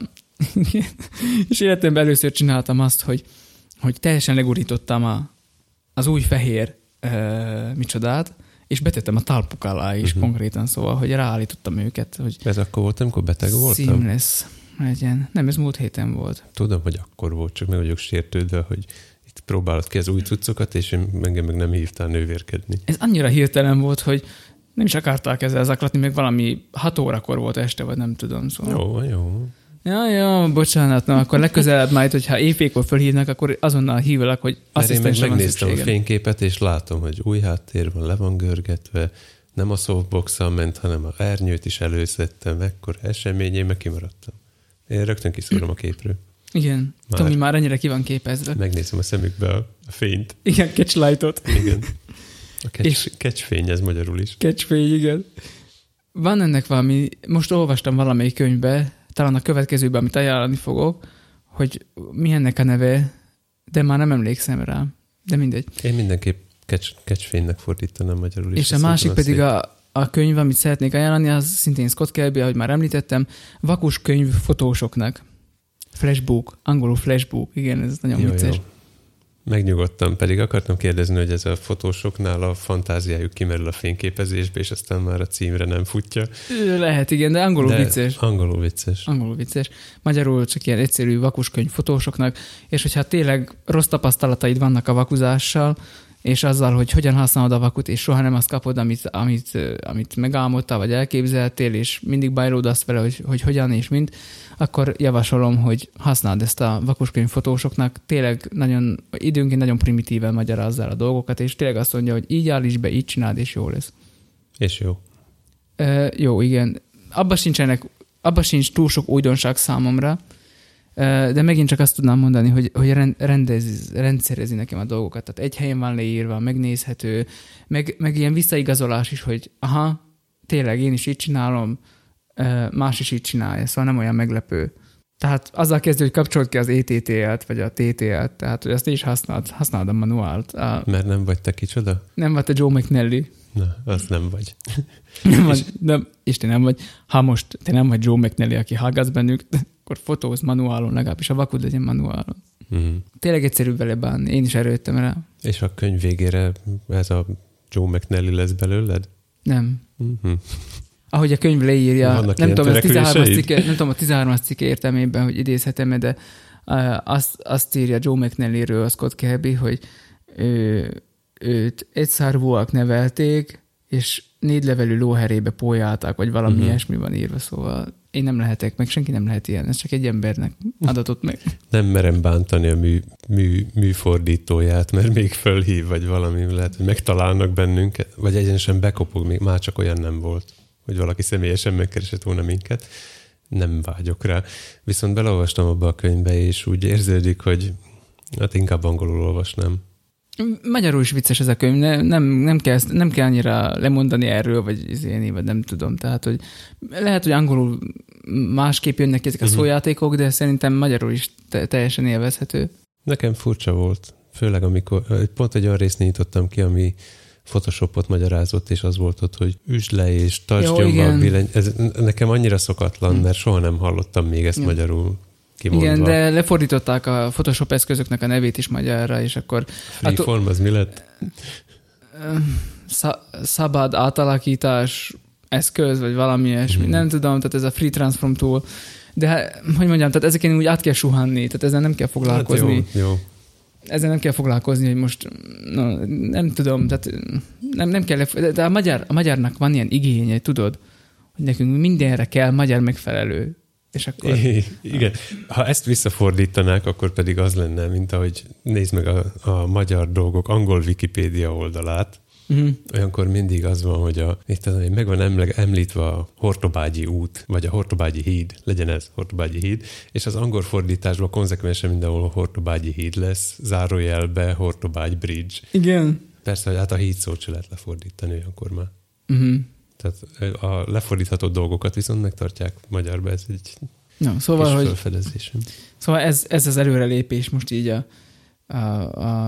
és életemben először csináltam azt, hogy, hogy teljesen legurítottam a, az új fehér uh, micsodát, és betettem a talpuk alá is uh-huh. konkrétan, szóval, hogy ráállítottam őket. Hogy ez akkor volt, amikor beteg voltam? Seamless legyen. Nem, ez múlt héten volt. Tudom, hogy akkor volt, csak meg vagyok sértődve, hogy itt próbálod ki az új cuccokat, és engem meg nem hívtál nővérkedni. Ez annyira hirtelen volt, hogy nem is akarták ezzel zaklatni, még valami hat órakor volt este, vagy nem tudom. Szóval. Jó, jó. Ja, jó, bocsánat, na, akkor legközelebb majd, hogyha éjfélkor fölhívnak, akkor azonnal hívlak, hogy asszisztensre van megnéztem szükségem. A fényképet, és látom, hogy új háttér van, le van görgetve, nem a softbox-al ment, hanem a ernyőt is előszedtem, ekkor eseményé, meg kimaradtam. Én rögtön kiszúrom a képről. Igen, már. Tomi már annyira ki van képezve. Megnézem a szemükbe a, a fényt. Igen, catchlightot. Igen. A catch, catchfény, ez magyarul is. Catchfény, igen. Van ennek valami, most olvastam valamelyik könyvbe, talán a következőben, amit ajánlani fogok, hogy mi ennek a neve, de már nem emlékszem rá. De mindegy. Én mindenképp catch, catchfénynek fordítanám magyarul is. És a másik pedig a, a könyv, amit szeretnék ajánlani, az szintén Scott Kelby, ahogy már említettem, vakus könyv fotósoknak. Flashbook, angolul flashbook, igen, ez nagyon jó, vicces. Jó. Megnyugodtam, pedig akartam kérdezni, hogy ez a fotósoknál a fantáziájuk kimerül a fényképezésbe, és aztán már a címre nem futja. Lehet, igen, de angolul de vicces. Angolul vicces. Angolul vicces. Magyarul csak ilyen egyszerű vakuskönyv fotósoknak, és hogyha tényleg rossz tapasztalataid vannak a vakuzással, és azzal, hogy hogyan használod a vakut, és soha nem azt kapod, amit, amit, amit megálmodtál, vagy elképzeltél, és mindig bajlódasz vele, hogy, hogy hogyan és mind, akkor javasolom, hogy használd ezt a vakuskönyv fotósoknak. Tényleg nagyon, időnként nagyon primitíven magyarázzál a dolgokat, és tényleg azt mondja, hogy így állíts be, így csináld, és jó lesz. És jó. E, jó, igen. Abba sincsenek, abba sincs túl sok újdonság számomra, de megint csak azt tudnám mondani, hogy, hogy rendez, rendszerezi nekem a dolgokat. Tehát egy helyen van leírva, megnézhető, meg, meg ilyen visszaigazolás is, hogy aha, tényleg én is így csinálom, más is így csinálja, szóval nem olyan meglepő. Tehát azzal kezdő, hogy kapcsolt ki az é té té el-t, vagy a té té el-t, tehát hogy azt is használd, használd a manuált. A... Mert nem vagy te kicsoda? Nem vagy te Joe McNally. Na, az nem vagy. nem vagy, nem, és te nem vagy. Ha most te nem vagy Joe McNally, aki hallgatsz bennük, akkor fotóz manuálon, legalábbis a vakud legyen manuálon. Mm. Tényleg egyszerűbb vele bánni. Én is erőttem rá. És a könyv végére ez a Joe McNally lesz belőled? Nem. Uh-huh. Ahogy a könyv leírja, Vannak nem tudom, a tizenhármas cikke, nem tudom, a tizenhármas cikke értelmében, hogy idézhetem, de uh, azt, azt írja Joe McNally-ről Scott Kelby, hogy ő, őt egyszárvúak nevelték, és négy levelű lóherébe pólyálták, vagy valami uh-huh. ilyesmi van írva, szóval én nem lehetek, meg senki nem lehet ilyen, ez csak egy embernek adatott meg. Nem merem bántani a mű, mű, műfordítóját, mert még fölhív, vagy valami, lehet, hogy megtalálnak bennünket, vagy egyenesen bekopog, még már csak olyan nem volt, hogy valaki személyesen megkeresett volna minket. Nem vágyok rá. Viszont beleolvastam abba a könyvbe, és úgy érződik, hogy hát inkább angolul olvasnám. Magyarul is vicces ez a könyv, nem, nem, kell, nem kell annyira lemondani erről, vagy izéni, vagy nem tudom. Tehát, hogy lehet, hogy angolul másképp jönnek ezek a uh-huh. szójátékok, de szerintem magyarul is te- teljesen élvezhető. Nekem furcsa volt, főleg amikor pont egy olyan részt nyitottam ki, ami Photoshopot magyarázott, és az volt ott, hogy üsd le és tartsd nyomva billen. Ez nekem annyira szokatlan, mert soha nem hallottam még ezt ja. magyarul kimondva. Igen, de lefordították a Photoshop eszközöknek a nevét is magyarra, és akkor... Freeform, az mi lett? Szabad átalakítás eszköz, vagy valami ilyesmi. Hmm. Nem tudom, tehát ez a Free Transform Tool. De, hogy mondjam, tehát ezeken úgy át kell suhanni, tehát ezzel nem kell foglalkozni. Hát jó, jó. Ezzel nem kell foglalkozni, hogy most no, nem tudom, tehát nem, nem kell, de a, magyar, a magyarnak van ilyen igénye, tudod, hogy nekünk mindenre kell magyar megfelelő. És akkor... É, igen. Ha ezt visszafordítanák, akkor pedig az lenne, mint ahogy nézd meg a, a magyar dolgok angol Wikipédia oldalát, uh-huh. olyankor mindig az van, hogy a, tudom, meg van említve a Hortobágyi út, vagy a Hortobágyi híd, legyen ez Hortobágyi híd, és az angol fordításban konzekvensen mindenhol a Hortobágyi híd lesz, zárójelbe Hortobágy Bridge. Igen. Persze, hogy hát a híd szót se lehet lefordítani olyankor már. Uh-huh. Tehát a lefordítható dolgokat viszont megtartják magyarba, ez egy no, szóval, kis hogy, felfedezésem. Szóval ez, ez az előrelépés most így a, a, a,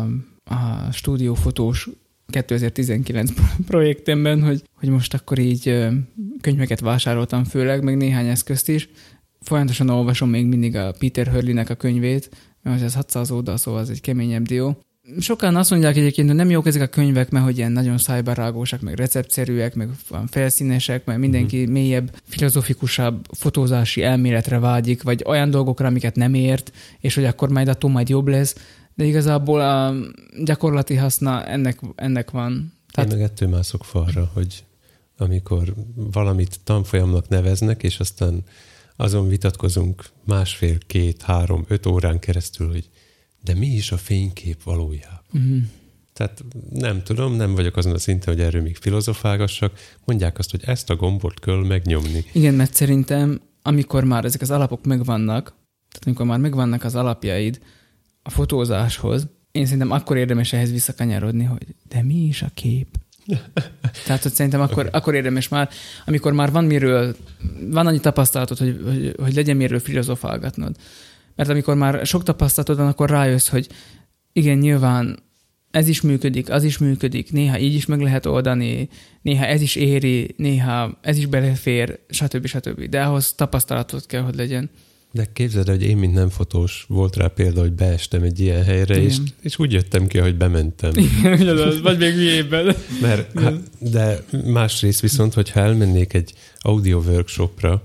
a stúdiófotós kétezer-tizenkilenc projektemben, hogy, hogy most akkor így könyveket vásároltam főleg, meg néhány eszközt is. Folyamatosan olvasom még mindig a Peter Hurleynek a könyvét, mert ez hatszáz oldal, szóval ez egy keményebb dió. Sokan azt mondják egyébként, hogy nem jók ezek a könyvek, mert hogy ilyen nagyon szájbarágósak, meg receptszerűek, meg felszínesek, mert mindenki mm-hmm. mélyebb, filozofikusabb fotózási elméletre vágyik, vagy olyan dolgokra, amiket nem ért, és hogy akkor majd attól majd jobb lesz. De igazából a gyakorlati haszna ennek, ennek van. Tehát... Én meg ettől mászok falra, hogy amikor valamit tanfolyamnak neveznek, és aztán azon vitatkozunk másfél, két, három, öt órán keresztül, hogy de mi is a fénykép valójában? Uh-huh. Tehát nem tudom, nem vagyok azon a szinten, hogy erről még filozofálgassak. Mondják azt, hogy ezt a gombot kell megnyomni. Igen, mert szerintem, amikor már ezek az alapok megvannak, tehát amikor már megvannak az alapjaid a fotózáshoz, én szerintem akkor érdemes ehhez visszakanyarodni, hogy de mi is a kép? Tehát, hogy szerintem akkor, okay. akkor érdemes már, amikor már van miről, van annyi tapasztalatod, hogy, hogy, hogy legyen miről filozofálgatnod. Mert amikor már sok tapasztalatod van, akkor rájössz, hogy igen, nyilván ez is működik, az is működik, néha így is meg lehet oldani, néha ez is éri, néha ez is belefér, stb. stb. De ahhoz tapasztalatod kell, hogy legyen. De képzeld, hogy én, mint nem fotós, volt rá példa, hogy beestem egy ilyen helyre, és, és úgy jöttem ki, hogy bementem. Igen, vagy még hülyében. Mert, hát, de másrészt viszont, hogyha elmennék egy audio workshopra,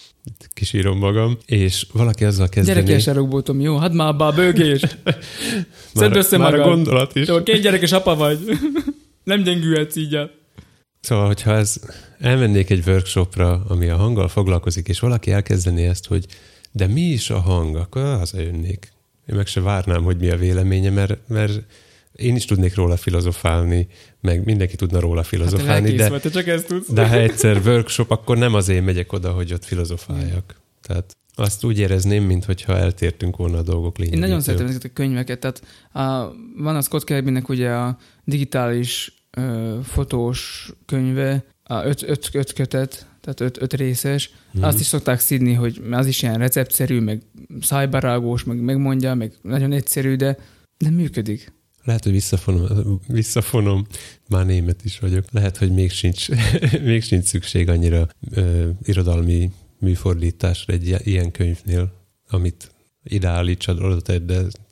kisírom magam, és valaki azzal kezdené... Gyerekes erőbótom, jó? Hadd már abba a bőgést! Szedd össze már magad. A gondolat is. Jó, két gyerekes apa vagy. Nem gyengülhetsz így el. Szóval, hogyha ez, elmennék egy workshopra, ami a hanggal foglalkozik, és valaki elkezdené ezt, hogy de mi is a hang, akkor hazajönnék. Én meg se várnám, hogy mi a véleménye, mert, mert én is tudnék róla filozofálni, meg mindenki tudna róla filozofálni, hát de, csak ezt tudsz. de ha egyszer workshop, akkor nem azért megyek oda, hogy ott filozofáljak. Tehát azt úgy érezném, mintha eltértünk volna a dolgok lényegétől. Én nagyon szeretem ezeket a könyveket. Tehát a, van a Scott Kelbynek ugye a digitális ö, fotós könyve, a öt, öt, öt kötet, tehát öt, öt részes. Hmm. Azt is szokták szidni, hogy az is ilyen receptszerű, meg szájbarágós, meg megmondja, meg nagyon egyszerű, de nem működik. Lehet, hogy visszafonom, visszafonom, már német is vagyok. Lehet, hogy még sincs, még sincs szükség annyira ö, irodalmi műfordításra egy ilyen könyvnél, amit ide állítsad, oda tedd, de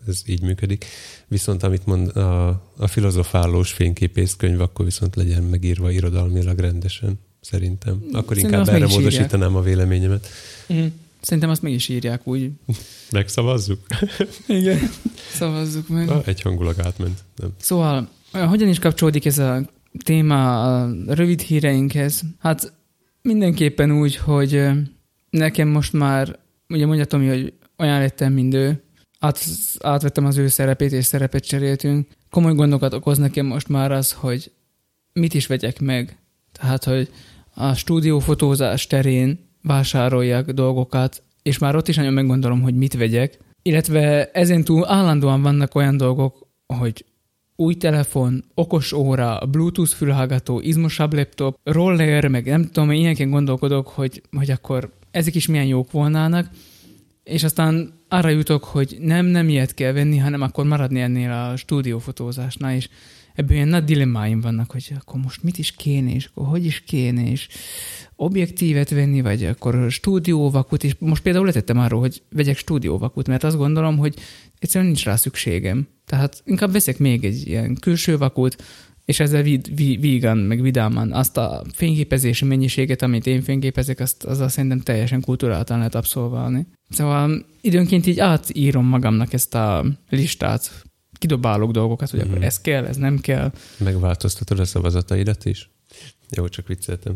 ez így működik. Viszont amit mond a, a filozofálós fényképészkönyv, akkor viszont legyen megírva irodalmilag rendesen, szerintem. Akkor Szerintem inkább erre módosítanám a véleményemet. Mm. Szerintem azt meg is írják úgy. Megszavazzuk? Igen, szavazzuk meg. Ah, egyhangulag átment. Nem. Szóval, hogyan is kapcsolódik ez a téma a rövid híreinkhez? Hát mindenképpen úgy, hogy nekem most már, ugye mondja Tomi, hogy olyan lettem, mint ő, Át, átvettem az ő szerepét, és szerepet cseréltünk. Komoly gondokat okoz nekem most már az, hogy mit is vegyek meg. Tehát, hogy a stúdiófotózás terén vásároljak dolgokat, és már ott is nagyon meggondolom, hogy mit vegyek. Illetve ezen túl állandóan vannak olyan dolgok, hogy új telefon, okos óra, Bluetooth fülhallgató, izmosabb laptop, roller, meg nem tudom, ilyenként gondolkodok, hogy, hogy akkor ezek is milyen jók volnának, és aztán arra jutok, hogy nem, nem ilyet kell venni, hanem akkor maradni ennél a stúdiófotózásnál, és ebből ilyen nagy dilemmáim vannak, hogy akkor most mit is kéne, és akkor hogy is kéne, és objektívet venni, vagy akkor stúdióvakut, és most például letettem arról, hogy vegyek stúdióvakut, mert azt gondolom, hogy egyszerűen nincs rá szükségem. Tehát inkább veszek még egy ilyen külső vakut, és ezzel vid, vid, vígan, meg vidáman azt a fényképezési mennyiséget, amit én fényképezek, azt azzal szerintem teljesen kulturáltan lehet abszolválni. Szóval időnként így átírom magamnak ezt a listát, kidobálok dolgokat, hogy mm-hmm. akkor ez kell, ez nem kell. Megváltoztatod a szavazataidat is? Jó, csak vicceltem.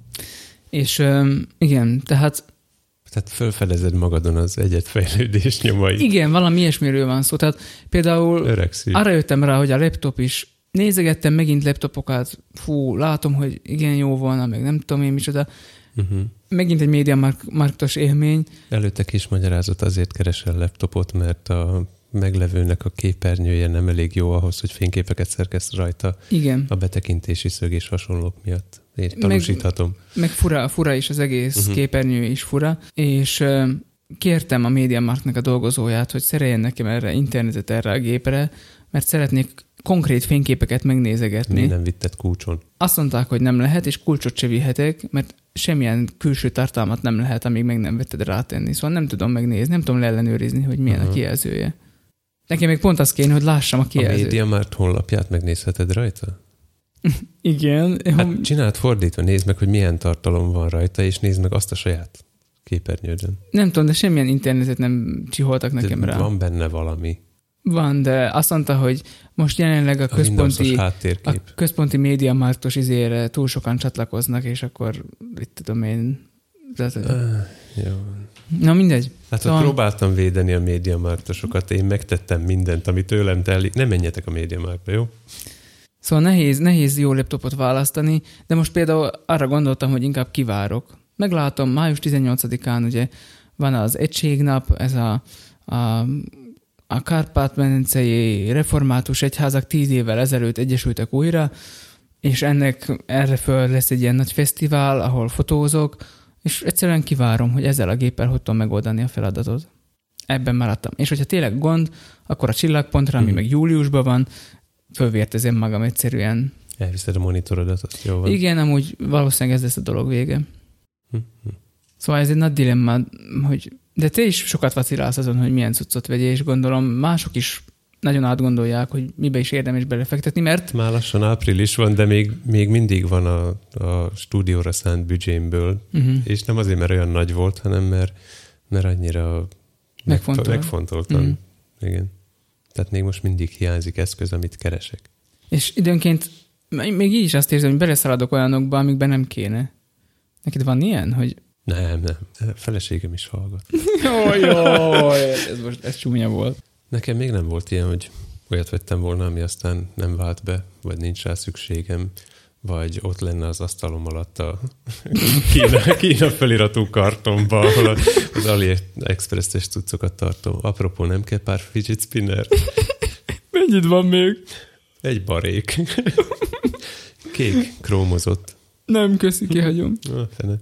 És igen, tehát... Tehát felfedezed magadon az egyetfejlődés nyomait. Igen, valami ilyesmiről van szó. Tehát például Öregszik. Arra jöttem rá, hogy a laptop is, nézegettem megint laptopokat, fú, látom, hogy igen jó volna, meg nem tudom én micsoda. Uh-huh. Megint egy MediaMarktos élmény. Előtte kis magyarázat, azért keresel laptopot, mert a meglevőnek a képernyője nem elég jó ahhoz, hogy fényképeket szerkeszt rajta. Igen. A betekintési szög és hasonlók miatt. Én tanúsíthatom. Meg, meg fura, fura is az egész uh-huh. képernyő is fura, és uh, kértem a MediaMarktnak a dolgozóját, hogy szereljen nekem erre internetet erre a gépre, mert szeretnék konkrét fényképeket megnézegetni. Minden vitted kulcson. Azt mondták, hogy nem lehet, és kulcsot se vihetek, mert semmilyen külső tartalmat nem lehet, amíg meg nem vetted rátenni. Szóval nem tudom megnézni, nem tudom leellenőrizni, hogy milyen uh-huh. a kijelzője. Nekem még pont az kéne, hogy lássam a kijelzőt. A MediaMarkt honlapját megnézheted rajta? Igen. Hát csináld fordítva, nézd meg, hogy milyen tartalom van rajta, és nézd meg azt a saját képernyődön. Nem tudom, de semmilyen internetet nem csiholtak nekem de rá. Van benne valami. Van, de azt mondta, hogy most jelenleg a, a központi, a központi MediaMarktos izére túl sokan csatlakoznak, és akkor itt tudom én... Tehát, uh, jó. Na mindegy. Hát szóval... próbáltam védeni a MediaMarktosokat, én megtettem mindent, ami tőlem telik. Nem menjetek a MediaMarktba, jó? Szóval nehéz, nehéz jó laptopot választani, de most például arra gondoltam, hogy inkább kivárok. Meglátom, május tizennyolcadikán ugye van az Egységnap, ez a, a, a Kárpát-medencei református egyházak tíz évvel ezelőtt egyesültek újra, és ennek erre föl lesz egy ilyen nagy fesztivál, ahol fotózok, és egyszerűen kivárom, hogy ezzel a géppel hogy tudom megoldani a feladatot. Ebben maradtam. És hogyha tényleg gond, akkor a Csillagpontra, ami hmm. meg júliusban van, fölvértezem magam egyszerűen. Elviszed a monitorodat, azt jó van. Igen, amúgy valószínűleg ez lesz a dolog vége. Hm-hm. Szóval ez egy nagy dilemma, hogy de te is sokat vacilálsz azon, hogy milyen cuccot vegyél, és gondolom mások is nagyon átgondolják, hogy mibe is érdemes belefektetni, mert... Már lassan április van, de még, még mindig van a, a stúdióra szánt büdzsémből, uh-huh. és nem azért, mert olyan nagy volt, hanem mert, mert annyira Megfontol. megfontoltam. Uh-huh. Igen. Tehát még most mindig hiányzik eszköz, amit keresek. És időnként még így is azt érzem, hogy beleszaladok olyanokba, amikben nem kéne. Neked van ilyen, hogy... Nem, nem. A feleségem is hallgat. Jaj, jaj, ez most ez csúnya volt. Nekem még nem volt ilyen, hogy olyat vettem volna, ami aztán nem vált be, vagy nincs rá szükségem, vagy ott lenne az asztalom alatt a Kína, Kína feliratú kartonba, ahol az AliExpress-es cuccokat tartom. Apropó, nem kell pár fidget spinner? Mennyit van még? Egy barék. Kék, krómozott. Nem, köszi, kihagyom. Ah, fene.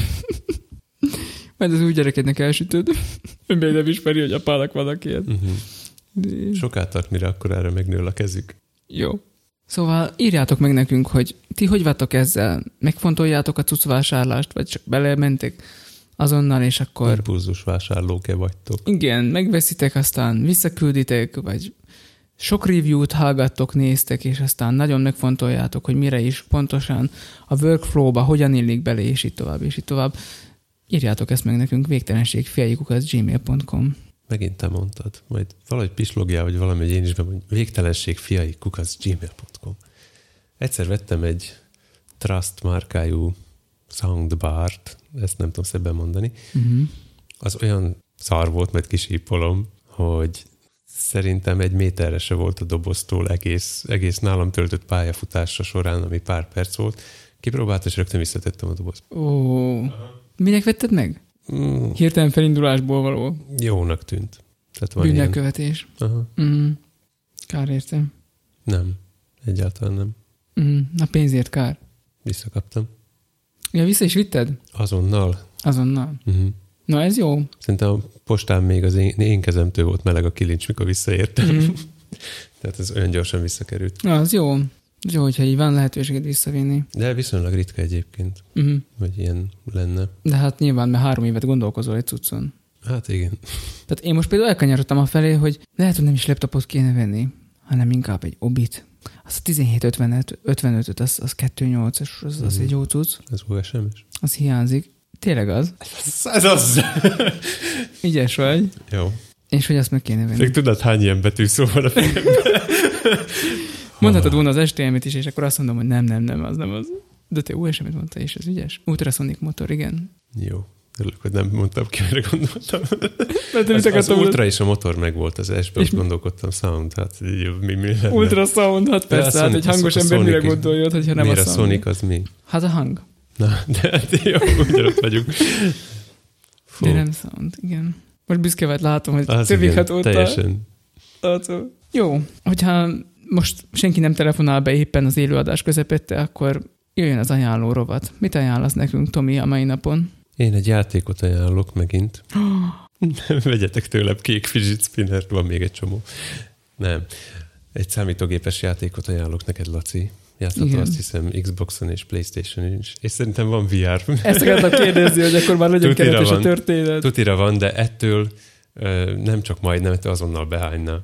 Majd az új gyerekednek elsütöd. Önben nem ismeri, hogy apának vannak ilyen. Uh-huh. De... Soká tart, mire akkor erre megnől a kezük. Jó. Szóval írjátok meg nekünk, hogy ti hogy vagytok ezzel? Megfontoljátok a cuccvásárlást, vagy csak belementek? azonnal, és akkor... Impulzus vásárlók-e vagytok? Igen, megveszitek, aztán visszakülditek, vagy sok review-t hallgattok, néztek, és aztán nagyon megfontoljátok, hogy mire is pontosan a workflow-ba hogyan illik bele, és így tovább, és így tovább. Írjátok ezt meg nekünk, végtelenségfiaik at gmail pont com. Megint te mondtad. Majd valahogy pislogjál, vagy valami, hogy én is bemondjam. végtelenségfiaik at gmail pont com. Egyszer vettem egy Trust márkájú soundbart, ezt nem tudom szebben mondani. Uh-huh. Az olyan szar volt, majd kisípolom, hogy szerintem egy méterre se volt a doboztól egész, egész nálam töltött pályafutása során, ami pár perc volt. Kipróbált, és rögtön visszatettem a dobozt. Ó, minek vetted meg? Mm. Hirtelen felindulásból való. Jónak tűnt. Bűnelkövetés. Aha. Mm. Kár értem. Nem, egyáltalán nem. Mm. A pénzért kár. Visszakaptam. Ja, vissza is vitted? Azonnal. Azonnal. Uh-huh. Na, ez jó. Szerintem a postán még az én, én kezemtől volt meleg a kilincs, mikor visszaértem. Mm. Tehát ez olyan gyorsan visszakerült. Na, az jó. Jó, hogyha így van lehetőséged visszavinni. De viszonylag ritka egyébként, uh-huh. hogy ilyen lenne. De hát nyilván, mert három évet gondolkozol egy cuccon. Hát igen. Tehát én most például elkanyarodtam a felé, hogy lehet, hogy nem is laptopot kéne venni, hanem inkább egy obit. Az a tizenhét ötvenöt, az, az kettő nyolcas, az, az uh-huh. egy jó cucc. Ez u es em-es? Az hiányzik. Tényleg az? Ez az! Ügyes vagy. Jó. És hogy azt meg kéne venni. Még tudod, hány ilyen betű szó van a fejemben? Mondhatod volna az es té em-et is, és akkor azt mondom, hogy nem, nem, nem, az nem az. De te u es em-et mondta, és ez ügyes. Ultrasonic motor, igen. Jó. Örülök, hogy nem mondtam ki, mire gondoltam. az, az ultra és a motor megvolt, az S-be úgy gondolkodtam, sound, hát mi, mi lenne? Ultrasound, hát persze, hát egy hangos ember mire gondoljod, hogyha nem miért a sound. Miért a Sonic az mi? Hát a hang. Na, de, de jó, ugyanott vagyunk. Fú. De nem sound, igen. Most büszke vagy, látom, hogy az többig igen, hát ott teljesen. Jó, hogyha most senki nem telefonál be éppen az élőadás közepette, akkor jöjjön az ajánló rovat. Mit ajánlasz nekünk, Tomi, a mai napon? Én egy játékot ajánlok megint. Vegyetek tőlem kék fidget spinnert, van még egy csomó. Nem. Egy számítógépes játékot ajánlok neked, Laci. Játszható azt hiszem Xboxon és PlayStation is. És szerintem van vé er. Ezt akartam kérdezni, hogy akkor már legyen keretes a történet. Tutira van, de ettől uh, nem csak majd, nem, ettől azonnal behányna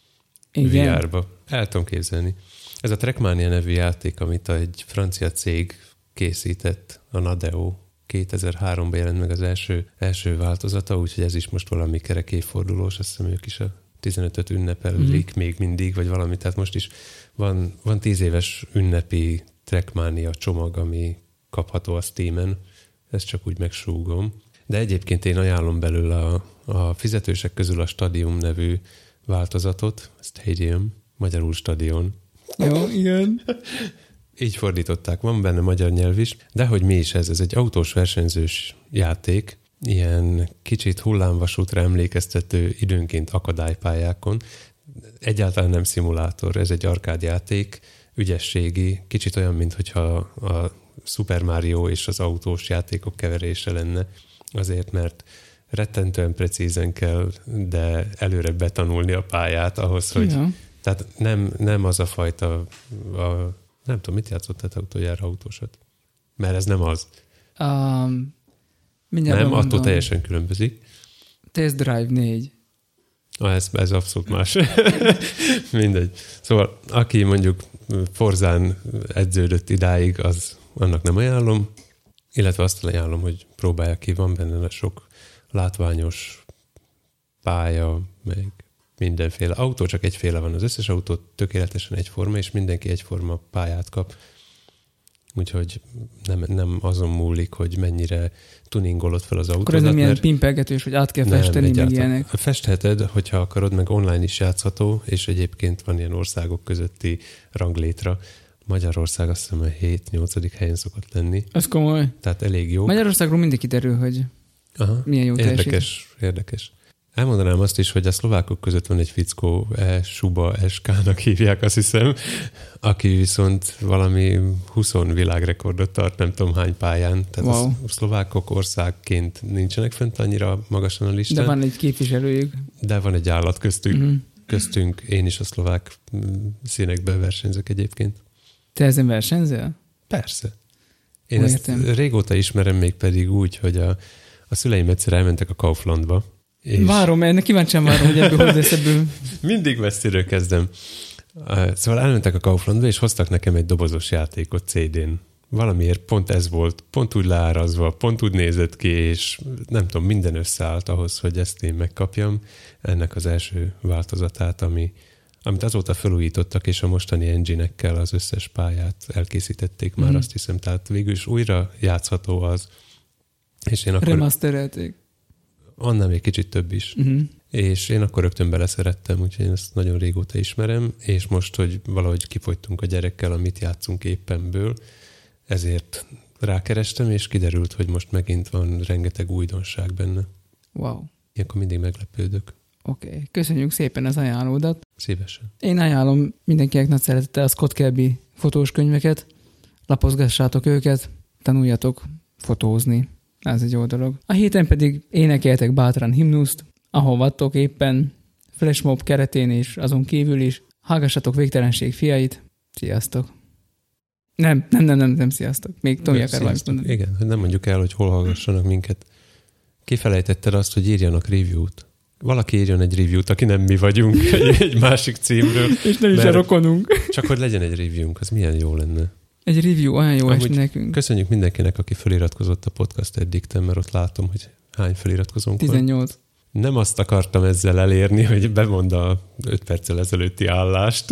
vé er-ba. El tudom képzelni. Ez a Trackmania nevű játék, amit egy francia cég készített, a Nadeo. kétezer-háromban jelent meg az első, első változata, úgyhogy ez is most valami kerek évfordulós, azt hiszem ők is a tizenötöt ünnepelik mm. még mindig, vagy valami, tehát most is van, van tíz éves ünnepi Trackmania csomag, ami kapható a Steamen, ezt csak úgy megsúgom. De egyébként én ajánlom belőle a, a fizetősek közül a Stadium nevű változatot, Stadium, magyarul stadion. Jó, igen. Így fordították, van benne magyar nyelv is, de hogy mi is ez? Ez egy autós versenyzős játék, ilyen kicsit hullámvasútra emlékeztető időnként akadálypályákon. Egyáltalán nem szimulátor, ez egy arkádjáték, ügyességi, kicsit olyan, mintha a Super Mario és az autós játékok keverése lenne, azért, mert rettentően precízen kell, de előre betanulni a pályát ahhoz, hogy... Ja. Tehát nem, nem az a fajta... A, nem tudom, mit játszottál autójára autósat? Mert ez nem az. Um, nem, attól teljesen különbözik. Test Drive négy. Ah, ez, ez abszolút más. Mindegy. Szóval, aki mondjuk Forzán edződött idáig, az annak nem ajánlom, illetve azt ajánlom, hogy próbálják ki, van benne sok látványos pálya, meg mindenféle autó, csak egyféle van. Az összes autó tökéletesen egyforma, és mindenki egyforma pályát kap. Úgyhogy nem, nem azon múlik, hogy mennyire tuningolod fel az autódat. Akkor ez nem ilyen pimpelgetős, hogy át kell nem, festeni, meg ilyenek. Festheted, hogyha akarod, meg online is játszható, és egyébként van ilyen országok közötti ranglétra. Magyarország azt hiszem a hét-nyolcadik helyen szokott lenni. Ez komoly. Tehát elég jó. Magyarországról mindig kiderül, hogy Aha, milyen jó érdekes, teljesít. Érdekes. Elmondanám azt is, hogy a szlovákok között van egy fickó, e, Suba es ká-nak hívják, azt hiszem, aki viszont valami húsz világrekordot tart, nem tudom hány pályán. Tehát wow. A szlovákok országként nincsenek fent annyira magasan a listán. De van egy képviselőjük. De van egy állat köztünk. Mm-hmm. Köztünk, én is a szlovák színekben versenyzök egyébként. Te ezen versenyzel? Persze. Én Ó, ezt értem. Régóta ismerem, még pedig úgy, hogy a A szüleim egyszer elmentek a Kauflandba. És... Várom, ennek kíváncsian várom, hogy ebből hogy lesz ebből. Mindig messziről kezdem. Szóval elmentek a Kauflandba, és hoztak nekem egy dobozos játékot cé dén. Valamiért pont ez volt, pont úgy leárazva, pont úgy nézett ki, és nem tudom, minden összeállt ahhoz, hogy ezt én megkapjam. Ennek az első változatát, ami, amit azóta felújítottak, és a mostani engine-ekkel az összes pályát elkészítették már, mm. azt hiszem. Tehát végül is újra játszható az. És én akkor... Remasterelték. Annál még kicsit több is. Mm-hmm. És én akkor rögtön beleszerettem, úgyhogy én ezt nagyon régóta ismerem, és most, hogy valahogy kifogytunk a gyerekkel, amit játszunk éppenből, ezért rákerestem, és kiderült, hogy most megint van rengeteg újdonság benne. Wow. Ilyenkor mindig meglepődök. Oké, okay. Köszönjük szépen az ajánlódat. Szívesen. Én ajánlom mindenkinek nagy szeretettel a Scott Kelby fotós könyveket, lapozgassátok őket, tanuljatok fotózni. Ez egy jó dolog. A héten pedig énekeltek bátran himnuszt, ahol vattok éppen, flashmob keretén és azon kívül is. Hallgassatok Végtelenség fiait. Sziasztok! Nem, nem, nem, nem, nem sziasztok. Még Tomi akar valamit mondani. Igen, nem mondjuk el, hogy hol hallgassanak minket. Kifelejtetted azt, hogy írjanak review-t. Valaki írjon egy review-t, aki nem mi vagyunk, egy másik címről. És nem is a rokonunk. Csak hogy legyen egy review-nk, az milyen jó lenne. Egy review olyan jó esni nekünk. Köszönjük mindenkinek, aki feliratkozott a Podcast Addicten, mert ott látom, hogy hány feliratkozónk tizennyolc. Van. Nem azt akartam ezzel elérni, hogy bemond a öt perccel ezelőtti állást.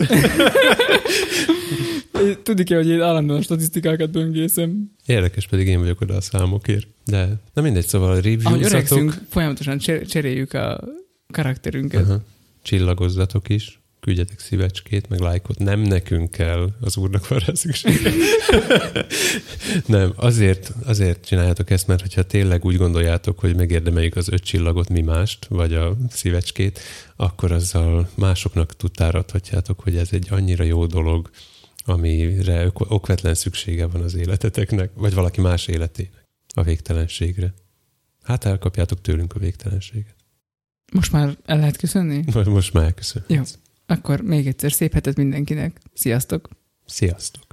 Tudik-e, hogy én állandóan statisztikákat böngészem? Érdekes, pedig én vagyok oda a számokért. De na mindegy, szóval a review-zatok... Ahogy öregszünk, folyamatosan cseréljük a karakterünket. Aha. Csillagozzatok is, küldjetek szívecskét, meg lájkot. Nem nekünk kell, az Úrnak van rá szüksége. Nem, azért, azért csináljátok ezt, mert hogyha tényleg úgy gondoljátok, hogy megérdemeljük az öt csillagot, mi mást, vagy a szívecskét, akkor azzal másoknak tudtáradhatjátok, hogy ez egy annyira jó dolog, amire ok- okvetlen szüksége van az életeteknek, vagy valaki más életének, a végtelenségre. Hát elkapjátok tőlünk a végtelenséget. Most már el lehet köszönni? Most már elköszönhetsz. Jó, akkor még egyszer szép hetet mindenkinek. Sziasztok! Sziasztok!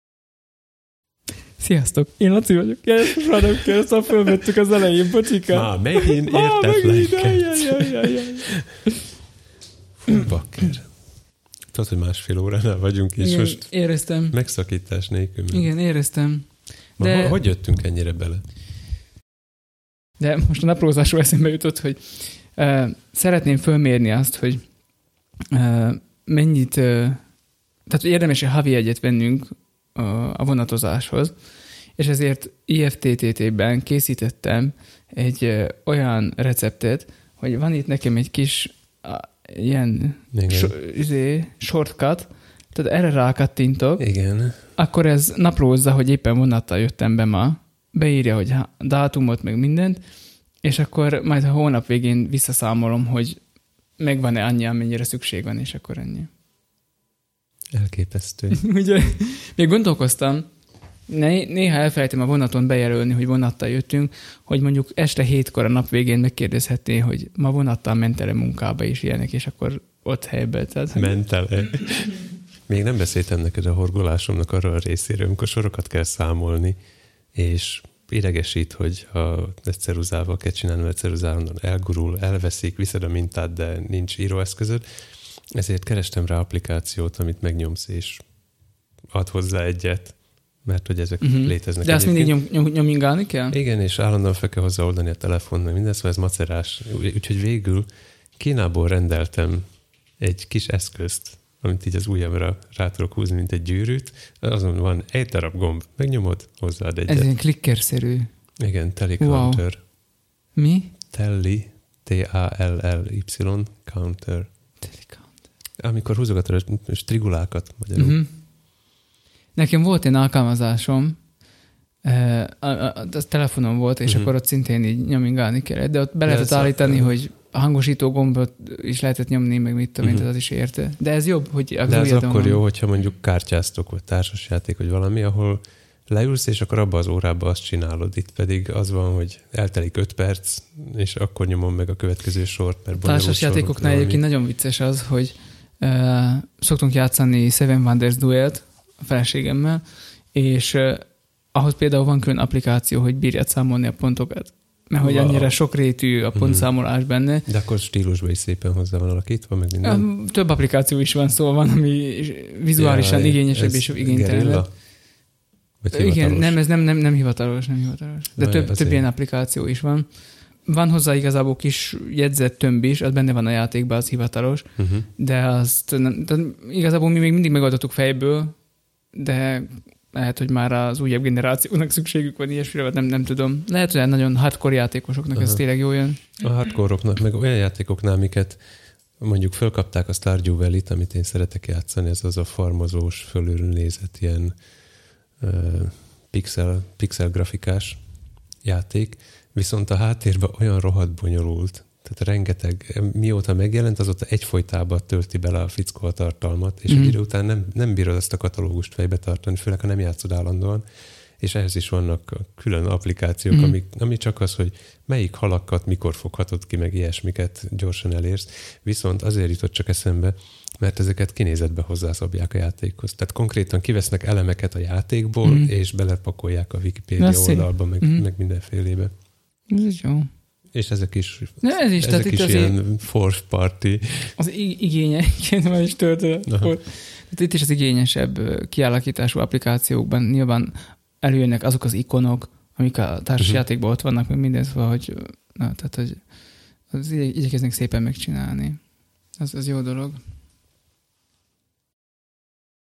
Sziasztok! Én Laci vagyok. Jaj, most már nem kell, szóval fölvettük az elején, bocsika. Már megint értetlenkedsz. Fú, bakker. Tudod, hogy másfél óránál vagyunk, és igen, most éreztem. Megszakítás nélkül. Igen, éreztem. De... Hogy jöttünk ennyire bele? De most a naplózásról eszembe jutott, hogy uh, szeretném fölmérni azt, hogy uh, mennyit, uh, tehát érdemes egy havi egyet vennünk uh, a vonatozáshoz, és ezért i ef té té té-ben készítettem egy uh, olyan receptet, hogy van itt nekem egy kis uh, ilyen so, izé, shortcut, tehát erre rákattintok, igen. Akkor ez naplózza, hogy éppen vonattal jöttem be ma, beírja, hogy dátumot, meg mindent, és akkor majd a hónap végén visszaszámolom, hogy megvan-e annyi, amennyire szükség van, és akkor ennyi. Elképesztő. Ugye, még gondolkoztam, né- néha elfelejtem a vonaton bejelölni, hogy vonattal jöttünk, hogy mondjuk este hétkor a nap végén megkérdezhetné, hogy ma vonattal ment-e munkába is ilyenek, és akkor ott helyben. Tehát, ment-e? Még nem beszéltem neked a horgolásomnak arra a részéről, amikor sorokat kell számolni, és idegesít, hogy ha ezt ceruzával kell csinálni, mert ceruzálon elgurul, elveszik, viszed a mintát, de nincs íróeszközöd. Ezért kerestem rá applikációt, amit megnyomsz, és ad hozzá egyet, mert hogy ezek uh-huh. léteznek. De azt mindig nyom, nyom, nyomingálni kell? Igen, és állandóan fel kell hozzá oldani a telefon, meg minden, szóval ez macerás. Úgyhogy végül Kínából rendeltem egy kis eszközt, amit így az ujjamra rá tudok húzni, mint egy gyűrűt. Azon van egy darab gomb. Megnyomod, hozzáad egyet. Ez egy klikkerszerű. Igen, telecounter. Wow. Mi? Tele, T A L L Y, counter. Telecounter. Amikor húzogatod a strigulákat magyarul. Uh-huh. Nekem volt egy alkalmazásom, az telefonon volt, és uh-huh. akkor ott szintén így nyomingálni kellett, de ott be lehetett állítani, a... hogy a hangosító gombot is lehetett nyomni, meg mit tudom, uh-huh. az is érte. De ez jobb, hogy... De ez akkor jó, hogyha mondjuk kártyáztok, vagy társasjáték, vagy valami, ahol leülsz, és akkor abba az órába azt csinálod. Itt pedig az van, hogy eltelik öt perc, és akkor nyomom meg a következő sort, mert társasjátékoknál egyébként nagyon vicces az, hogy uh, szoktunk játszani Seven Wonders Duelt a feleségemmel, és uh, ahhoz például van külön applikáció, hogy bírjad számolni a pontokat. mert hogy wow. annyira sokrétű a pontszámolás benne. De akkor stílusban is szépen hozzá van alakítva, meg minden. Több applikáció is van, szóval van, ami vizuálisan ja, igényesebb és igénytelenebb. Igen, nem, ez nem, nem, nem hivatalos, nem hivatalos. De Na, több, több ilyen applikáció is van. Van hozzá igazából kis jegyzett tömb is, az benne van a játékban, az hivatalos, uh-huh. de azt nem, de igazából mi még mindig megoldottuk fejből, de lehet, hogy már az újabb generációnak szükségük van ilyesmire, vagy nem, nem tudom. Lehet, hogy nagyon hardcore játékosoknak uh-huh. ez tényleg jó jön. A hardcore-oknak, meg olyan játékoknál, amiket mondjuk fölkapták a Stardew Valley-t, amit én szeretek játszani, ez az a farmozós, fölülről nézett ilyen uh, pixel, pixel grafikás játék, viszont a háttérben olyan rohadt bonyolult, tehát rengeteg, mióta megjelent, azóta egyfolytában tölti bele a fickó a tartalmat, és mm. egy idő után nem, nem bírod ezt a katalógust fejbe tartani, főleg, ha nem játszod állandóan, és ehhez is vannak külön applikációk, mm. ami, ami csak az, hogy melyik halakat mikor foghatod ki, meg ilyesmiket gyorsan elérsz, viszont azért jutott csak eszembe, mert ezeket kinézetbe hozzászabják a játékhoz. Tehát konkrétan kivesznek elemeket a játékból, mm. és belepakolják a Wikipédia oldalba, meg, mm. meg mindenfélébe. Ez is jó. És ezek is, ne, ez is, ezek is ilyen force party. Az igénye, igen, már is töltött. Tehát itt is az igényesebb kialakítású applikációkban nyilván előjönnek azok az ikonok, amik a társasjátékban ott vannak, meg minden, szóval, hogy, na, tehát, hogy az igyekeznek szépen megcsinálni. Az, az jó dolog.